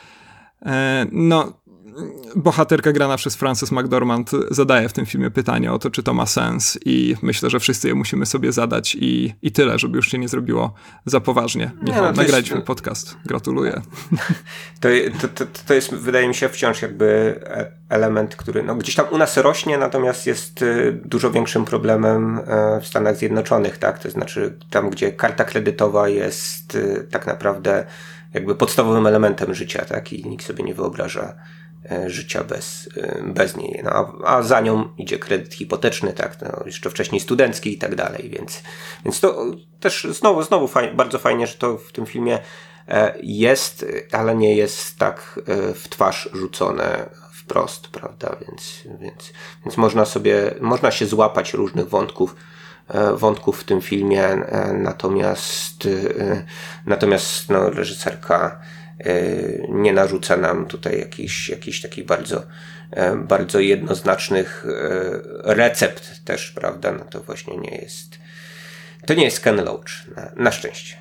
No, bohaterka grana przez Frances McDormand zadaje w tym filmie pytanie o to, czy to ma sens i myślę, że wszyscy je musimy sobie zadać i, i tyle, żeby już się nie zrobiło za poważnie. Nie, no, nagraliśmy jest... podcast. Gratuluję. To, to, to, to jest, wydaje mi się, wciąż jakby element, który no, gdzieś tam u nas rośnie, natomiast jest dużo większym problemem w Stanach Zjednoczonych, tak? To znaczy tam, gdzie karta kredytowa jest tak naprawdę jakby podstawowym elementem życia, tak? I nikt sobie nie wyobraża życia bez, bez niej. No, a, a za nią idzie kredyt hipoteczny, tak, no, jeszcze wcześniej studencki i tak dalej, więc, więc to też znowu, znowu faj, bardzo fajnie, że to w tym filmie jest, ale nie jest tak w twarz rzucone wprost, prawda, więc, więc, więc można sobie, można się złapać różnych wątków, wątków w tym filmie, natomiast natomiast no, reżyserka nie narzuca nam tutaj jakichś, jakichś takich bardzo, bardzo jednoznacznych recept też, prawda? No to właśnie nie jest, to nie jest Ken Loach, na, na szczęście.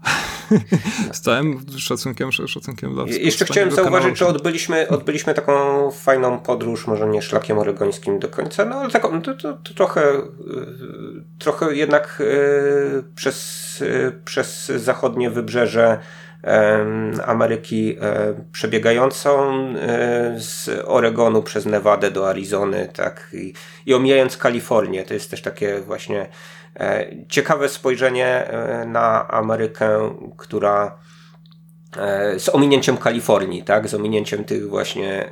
Z całym szacunkiem, szacunkiem dla Jeszcze chciałem zauważyć, że odbyliśmy, odbyliśmy taką fajną podróż, może nie szlakiem oregońskim do końca, no ale taką, to, to, to trochę, trochę jednak yy, przez, yy, przez zachodnie wybrzeże Ameryki przebiegającą z Oregonu przez Nevadę do Arizony, tak, i, i omijając Kalifornię. To jest też takie właśnie ciekawe spojrzenie na Amerykę, która z ominięciem Kalifornii, tak, z ominięciem tych właśnie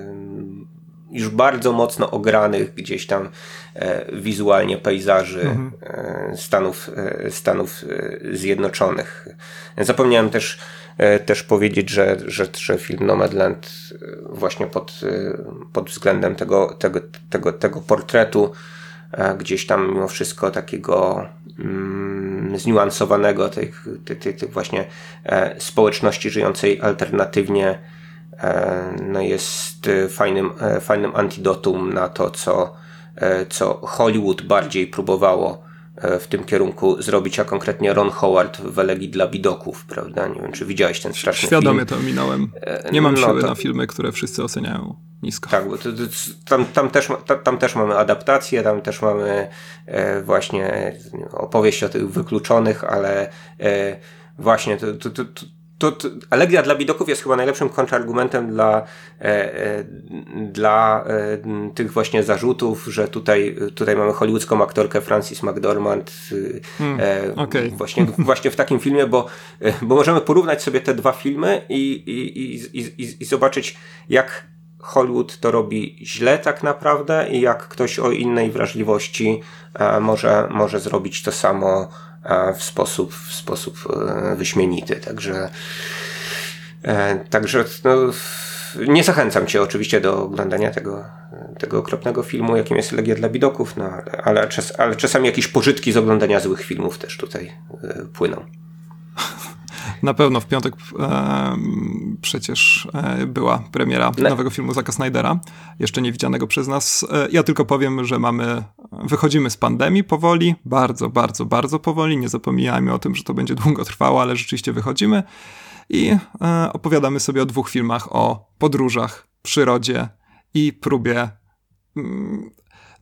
już bardzo mocno ogranych gdzieś tam e, wizualnie pejzaży mhm. e, Stanów, e, Stanów Zjednoczonych. Zapomniałem też, e, też powiedzieć, że, że, że film Nomadland właśnie pod, pod względem tego, tego, tego, tego portretu e, gdzieś tam mimo wszystko takiego mm, zniuansowanego tych, tych, tych, tych właśnie e, społeczności żyjącej alternatywnie, no jest fajnym, fajnym antidotum na to, co, co Hollywood bardziej próbowało w tym kierunku zrobić, a konkretnie Ron Howard w Elegii dla Bidoków, prawda? Nie wiem, czy widziałeś ten straszny Świadomie film. Świadomie to minąłem. Nie mam no siły to... na filmy, które wszyscy oceniają nisko. Tak, bo to, to, tam, tam, też, tam, tam też mamy adaptację, tam też mamy e, właśnie opowieść o tych wykluczonych, ale e, właśnie to, to, to, to To, to Elegia dla Bidoków jest chyba najlepszym kontrargumentem dla, e, e, dla e, tych właśnie zarzutów, że tutaj, tutaj mamy hollywoodzką aktorkę Frances McDormand hmm, e, okay. właśnie, właśnie w takim filmie, bo, bo możemy porównać sobie te dwa filmy i, i, i, i, i zobaczyć, jak Hollywood to robi źle tak naprawdę i jak ktoś o innej wrażliwości e, może, może zrobić to samo w sposób, w sposób wyśmienity. Także, także no, nie zachęcam cię oczywiście do oglądania tego, tego okropnego filmu, jakim jest Elegia dla Bidoków, no, ale, ale, czas, ale czasami jakieś pożytki z oglądania złych filmów też tutaj y, płyną. Na pewno w piątek e, przecież e, była premiera ne. nowego filmu Zacka Snydera, jeszcze nie widzianego przez nas. E, ja tylko powiem, że mamy, wychodzimy z pandemii powoli, bardzo, bardzo, bardzo powoli. Nie zapominajmy o tym, że to będzie długo trwało, ale rzeczywiście wychodzimy i e, opowiadamy sobie o dwóch filmach o podróżach, przyrodzie i próbie mm,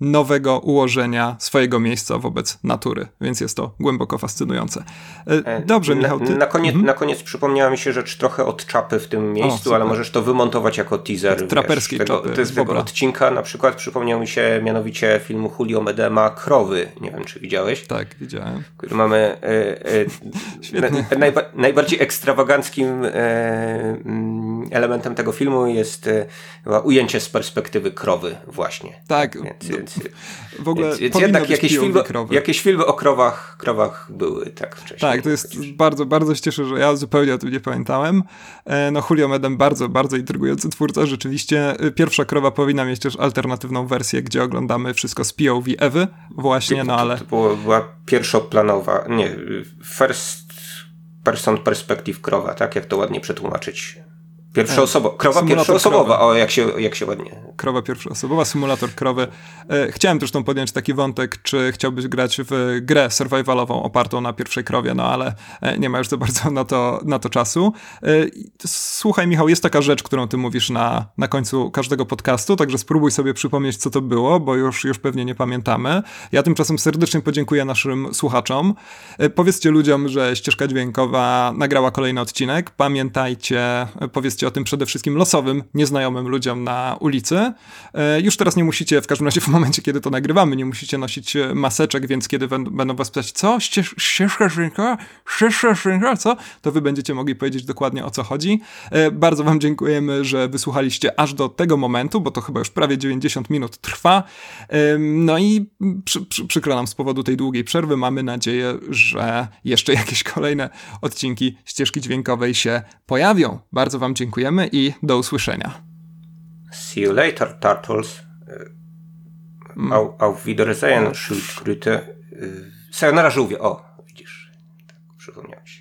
nowego ułożenia swojego miejsca wobec natury, więc jest to głęboko fascynujące. Dobrze, na, Michał, ty... na, koniec, mhm. na koniec przypomniała mi się rzecz trochę od czapy w tym miejscu, o, ale możesz to wymontować jako teaser. Traperskiej wiesz, tego, czapy. to z tego odcinka na przykład przypomniał mi się mianowicie filmu Julio Medema Krowy. Nie wiem, czy widziałeś? Tak, widziałem. Który mamy y, y, na, najba, najbardziej ekstrawaganckim y, elementem tego filmu jest y, ujęcie z perspektywy krowy właśnie. Tak. Więc, więc, w ogóle więc, więc jednak jakieś filmy, jakieś filmy o krowach, krowach były tak wcześniej. Tak, to jest chociaż... bardzo, bardzo się cieszę, że ja zupełnie o tym nie pamiętałem. No Julio Medem bardzo, bardzo intrygujący twórca. Rzeczywiście Pierwsza krowa powinna mieć też alternatywną wersję, gdzie oglądamy wszystko z P O V Ewy właśnie, no ale... To, to było, była pierwszoplanowa, nie, first person perspective krowa, tak? Jak to ładnie przetłumaczyć? Pierwszoosobowa. Krowa pierwszoosobowa, o jak się, jak się ładnie. Krowa pierwszoosobowa, symulator krowy. Chciałem zresztą podjąć taki wątek, czy chciałbyś grać w grę survivalową opartą na pierwszej krowie, no ale nie ma już za bardzo na to, na to czasu. Słuchaj, Michał, jest taka rzecz, którą ty mówisz na, na końcu każdego podcastu, także spróbuj sobie przypomnieć, co to było, bo już, już pewnie nie pamiętamy. Ja tymczasem serdecznie podziękuję naszym słuchaczom. Powiedzcie ludziom, że Ścieżka Dźwiękowa nagrała kolejny odcinek. Pamiętajcie, powiedzcie o tym przede wszystkim losowym, nieznajomym ludziom na ulicy. Już teraz nie musicie, w każdym razie w momencie, kiedy to nagrywamy, nie musicie nosić maseczek, więc kiedy będą was pytać, co? Ścieżka dźwiękowa? Ścieżka dźwiękowa? Co? To wy będziecie mogli powiedzieć dokładnie, o co chodzi. Bardzo wam dziękujemy, że wysłuchaliście aż do tego momentu, bo to chyba już prawie dziewięćdziesiąt minut trwa. No i przy, przy, przykro nam z powodu tej długiej przerwy. Mamy nadzieję, że jeszcze jakieś kolejne odcinki Ścieżki Dźwiękowej się pojawią. Bardzo wam dziękuję. Dziękujemy i do usłyszenia. See you later, Turtles. Mm. Auf, auf Wiedersehen, Schildkröte. Sayonara, żółwie. O, widzisz, tak przypomniałeś.